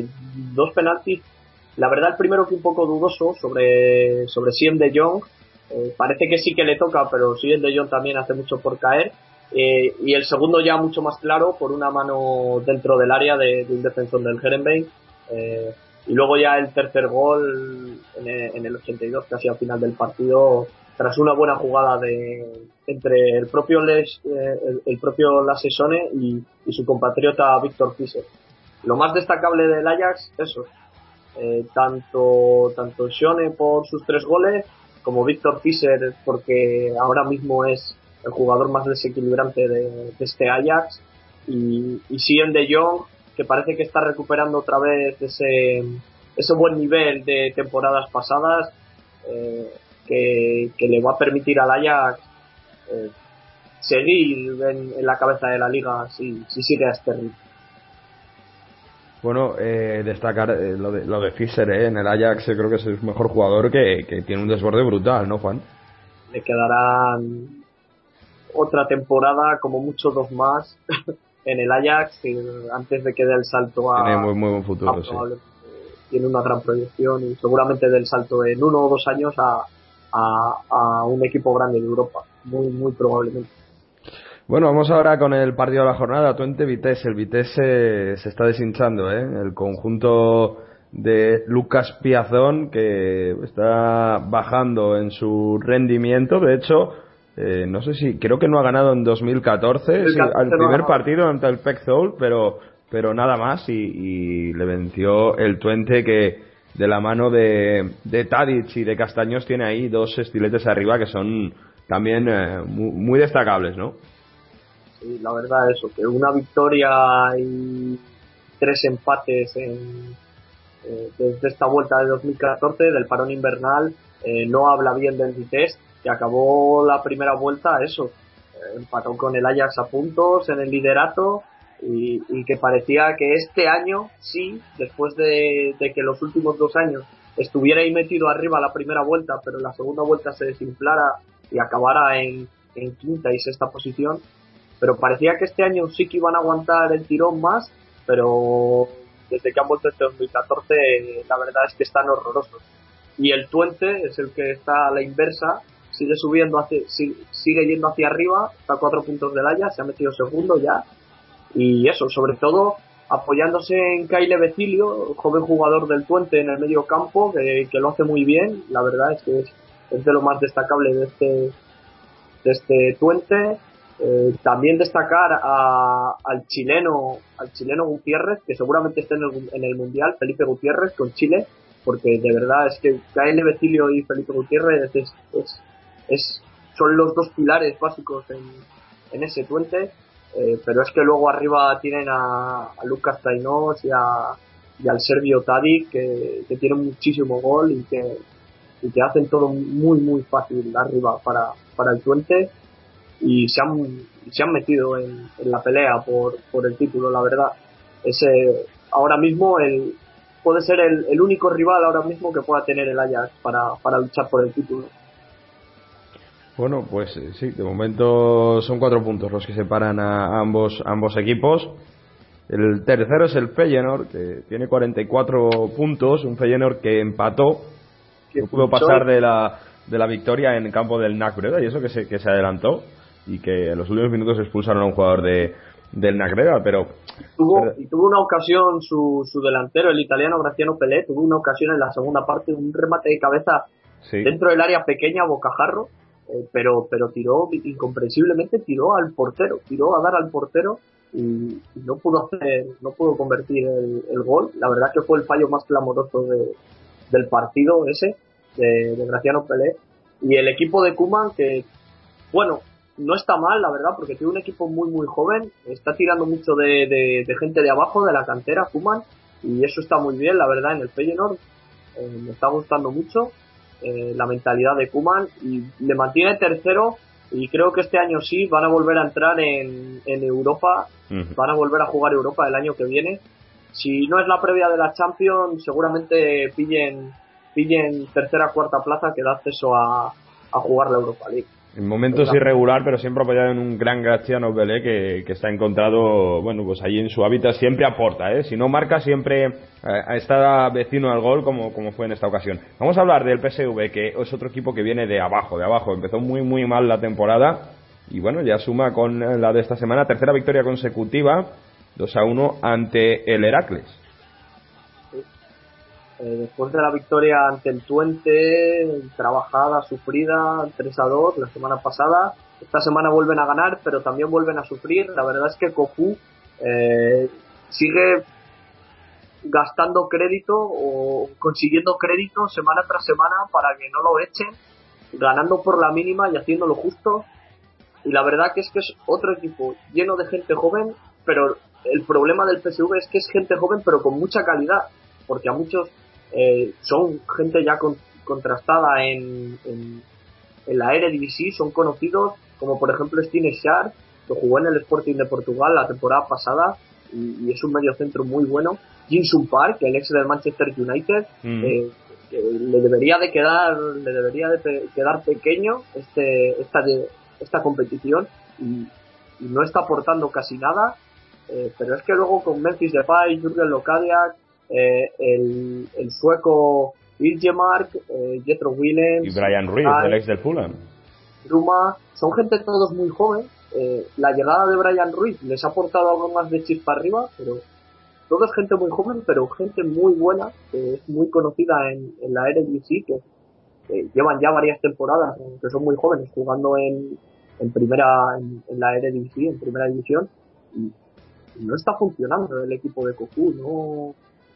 Speaker 4: 2 penaltis. La verdad, el primero que un poco dudoso sobre Siem de Jong, Parece que sí que le toca, pero sí el de Jong también hace mucho por caer. Y el segundo ya mucho más claro por una mano dentro del área de un defensor del Heerenveen. Y luego ya el tercer gol en el 82, casi al final del partido, tras una buena jugada entre el propio Lasse Schöne y su compatriota Victor Fischer. Lo más destacable del Ajax, eso, tanto Schöne por sus 3 goles, como Victor Fischer porque ahora mismo es el jugador más desequilibrante de este Ajax, y Siem de Jong, que parece que está recuperando otra vez ese buen nivel de temporadas pasadas, que le va a permitir al Ajax seguir en la cabeza de la liga si sigue a este ritmo.
Speaker 1: Bueno, destacar lo de Fischer, en el Ajax creo que es el mejor jugador, que tiene un desborde brutal, ¿no, Juan?
Speaker 4: Le quedarán otra temporada, como mucho 2 más, en el Ajax, antes de que dé el salto a...
Speaker 1: Tiene muy buen futuro, sí.
Speaker 4: Tiene una gran proyección y seguramente dé el salto en 1 o 2 años a un equipo grande de Europa, muy probablemente.
Speaker 1: Bueno, vamos ahora con el partido de la jornada, Twente-Vitesse. El Vitesse se está deshinchando, el conjunto de Lucas Piazón, que está bajando en su rendimiento. De hecho, no sé si, creo que no ha ganado en 2014, el primer partido ante el PEC Zwolle, pero nada más, y le venció el Twente, que de la mano de Tadic y de Castaños tiene ahí 2 estiletes arriba que son también muy destacables, ¿no?
Speaker 4: Sí, la verdad eso, que una victoria y 3 empates desde esta vuelta de 2014, del parón invernal, no habla bien del Vitesse, que acabó la primera vuelta, empató con el Ajax a puntos en el liderato, y que parecía que este año, sí, después de que los últimos 2 años estuviera ahí metido arriba la primera vuelta, pero la segunda vuelta se desinflara y acabara en quinta y sexta posición, pero parecía que este año sí que iban a aguantar el tirón más, pero desde que han vuelto este 2014 la verdad es que están horrorosos. Y el Twente es el que está a la inversa, sigue yendo hacia arriba, está a 4 puntos del Ajax, se ha metido segundo ya, y eso, sobre todo apoyándose en Kyle Becilio, joven jugador del Twente en el medio campo, que lo hace muy bien. La verdad es que es de lo más destacable de este Twente. También destacar al chileno Gutiérrez, que seguramente esté en el Mundial, Felipe Gutiérrez con Chile, porque de verdad es que Kyle Becilio y Felipe Gutiérrez son los 2 pilares básicos en ese Twente. Pero es que luego arriba tienen a Lucas Tainós y al serbio Tadic, que tienen muchísimo gol y que hacen todo muy fácil arriba para el Twente, y se han metido en la pelea por el título. La verdad, ahora mismo puede ser el único rival ahora mismo que pueda tener el Ajax para luchar por el título.
Speaker 1: Bueno, pues sí, de momento son 4 puntos los que separan a ambos equipos. El tercero es el Feyenoord, que tiene 44 puntos, un Feyenoord que empató, no pudo pasar de la victoria en campo del NAC Breda, y eso que se adelantó, y que en los últimos minutos expulsaron a un jugador del NAC Breda, pero...
Speaker 4: Tuvo una ocasión su delantero, el italiano Graziano Pelé, tuvo una ocasión en la segunda parte, un remate de cabeza dentro del área pequeña, bocajarro, pero tiró incomprensiblemente, tiró a dar al portero, y no pudo convertir el gol. La verdad que fue el fallo más clamoroso del partido ese de Graziano Pelé. Y el equipo de Koeman, que bueno, no está mal la verdad, porque tiene un equipo muy joven, está tirando mucho de gente de abajo, de la cantera, Koeman, y eso está muy bien la verdad en el Feyenoord. Me está gustando mucho la mentalidad de Koeman, y le mantiene tercero, y creo que este año sí van a volver a entrar en Europa, van a volver a jugar Europa el año que viene. Si no es la previa de la Champions, seguramente pillen tercera, cuarta plaza, que da acceso a jugar la Europa League.
Speaker 1: En momentos irregular, pero siempre apoyado en un gran Graziano Pelé que está encontrado, bueno, pues allí en su hábitat, siempre aporta, si no marca siempre está vecino al gol como fue en esta ocasión. Vamos a hablar del PSV, que es otro equipo que viene de abajo, empezó muy muy mal la temporada y bueno, ya suma con la de esta semana, tercera victoria consecutiva, 2-1 ante el Heracles.
Speaker 4: Después de la victoria ante el Twente, trabajada, sufrida, 3-2 la semana pasada, esta semana vuelven a ganar, pero también vuelven a sufrir. La verdad es que Cocu sigue gastando crédito o consiguiendo crédito semana tras semana para que no lo echen, ganando por la mínima y haciendo lo justo. Y la verdad que es otro equipo lleno de gente joven, pero el problema del PSV es que es gente joven pero con mucha calidad, porque a muchos son gente ya contrastada en la Eredivisie, son conocidos, como por ejemplo Stine Schaar, que jugó en el Sporting de Portugal la temporada pasada y es un mediocentro muy bueno. Jin-Sung Park, el ex del Manchester United, le debería de quedar pequeño esta competición y no está aportando casi nada, pero es que luego con Memphis Depay, Jürgen Lokadiak, el sueco Iljemark, Jethro Willems
Speaker 1: y Brian Ruiz, el ex del Fulham,
Speaker 4: Ruma, son gente todos muy joven. La llegada de Brian Ruiz les ha aportado algo más de chispa arriba, pero todo es gente muy joven, pero gente muy buena, que es muy conocida en la Eredivisie, que llevan ya varias temporadas, que son muy jóvenes, jugando en la Eredivisie, en primera división, y no está funcionando el equipo de Cocu, no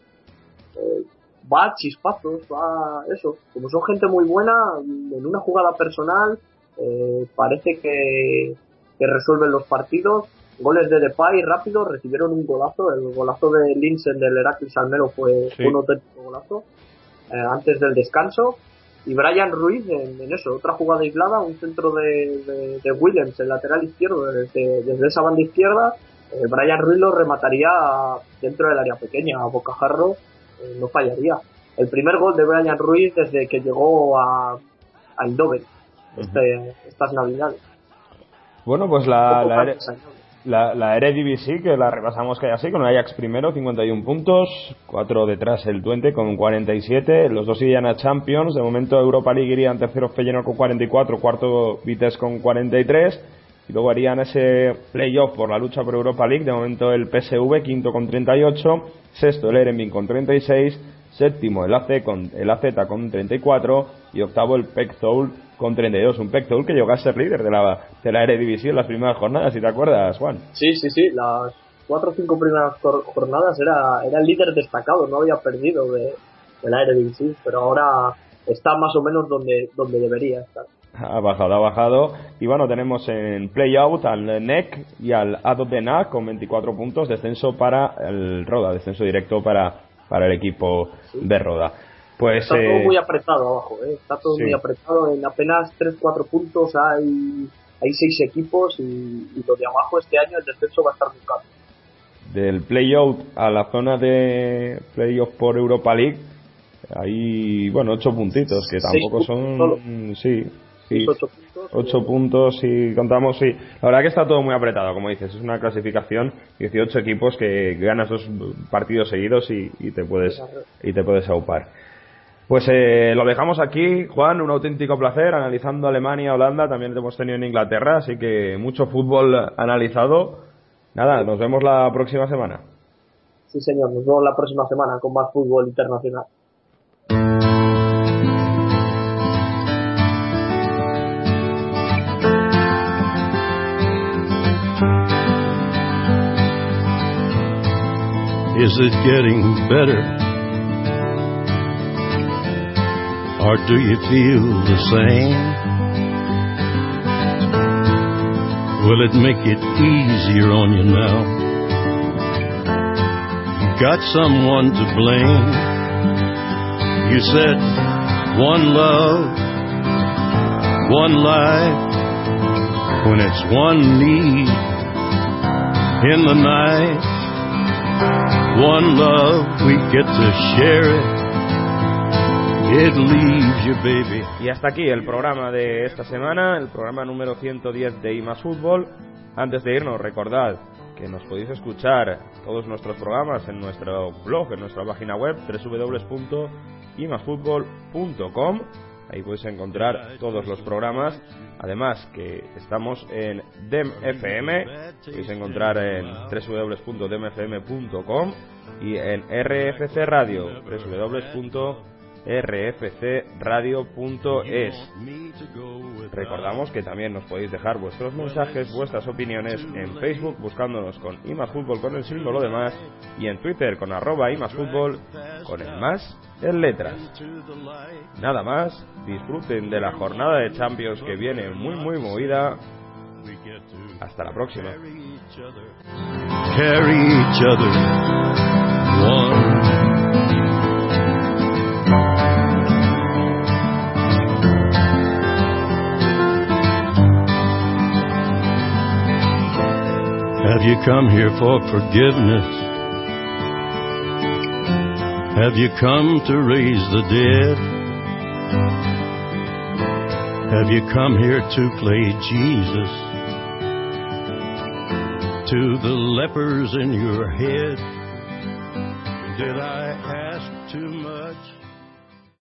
Speaker 4: va a chispazos, va eso, como son gente muy buena, en una jugada personal parece que resuelven los partidos. Goles de Depay rápido, recibieron un golazo, el golazo de Linsen del Heracles al menos fue un auténtico golazo antes del descanso. Y Brian Ruiz en eso, otra jugada aislada, un centro de Williams, el lateral izquierdo, desde esa banda izquierda. Brian Ruiz lo remataría dentro del área pequeña, a bocajarro, no fallaría. El primer gol de Brian Ruiz desde que llegó a Eindhoven estas navidades.
Speaker 1: Bueno, pues la Eredivisie, que la repasamos que hay así, con el Ajax primero, 51 puntos, 4 detrás el Twente con 47, los dos irían a Champions, de momento Europa League irían tercero Feyenoord con 44, cuarto Vitesse con 43, y luego harían ese playoff por la lucha por Europa League, de momento el PSV, quinto con 38, sexto el Heerenveen con 36, séptimo el AZ con 34 y octavo el PEC Zwolle con 32, un PEC Zwolle que llegó a ser líder de la Eredivisie en las primeras jornadas, si te acuerdas, Juan.
Speaker 4: Sí, las 4 o 5 primeras jornadas era el líder destacado, no había perdido de la Eredivisie, pero ahora está más o menos donde debería estar.
Speaker 1: Ha bajado, y bueno, tenemos en play-out al NEC y al ADO Den Haag con 24 puntos, descenso para el Roda, descenso directo para el equipo de Roda. Pues,
Speaker 4: está todo muy apretado abajo, está todo muy apretado, en apenas 3-4 puntos hay 6 equipos y lo de abajo este año el descenso va a estar muy caro.
Speaker 1: Del play-out a la zona de play-off por Europa League hay 8 puntitos, que tampoco son solo. 8 puntos si contamos, sí. La verdad que está todo muy apretado, como dices, es una clasificación, 18 equipos que ganas 2 partidos seguidos y te puedes aupar. Pues lo dejamos aquí, Juan, un auténtico placer analizando Alemania, Holanda, también lo hemos tenido en Inglaterra, así que mucho fútbol analizado. Nada, nos vemos la próxima semana.
Speaker 4: Sí, señor, nos vemos la próxima semana con más fútbol internacional.
Speaker 11: Is it getting better? Or do you feel the same? Will it make it easier on you now? You got someone to blame. You said one love, one life, when it's one need in the night. One love, we get to share it. it leaves you, baby.
Speaker 1: Y hasta aquí el programa de esta semana, el programa número 110 de IMASFútbol. Antes de irnos, recordad que nos podéis escuchar todos nuestros programas en nuestro blog, en nuestra página web www.imasfutbol.com. Ahí podéis encontrar todos los programas. Además que estamos en DEM-FM, podéis encontrar en www.demfm.com y en RFC Radio, www.rfcradio.es. Recordamos que también nos podéis dejar vuestros mensajes, vuestras opiniones en Facebook buscándonos con IMASFútbol con el símbolo de más y en Twitter con @IMASFútbol con el más en letras. Nada más, disfruten de la jornada de Champions que viene muy movida. Hasta la próxima.
Speaker 11: Carry each other, one. Have you come here for forgiveness? Have you come to raise the dead? Have you come here to play Jesus to the lepers in your head? Did I ask too much?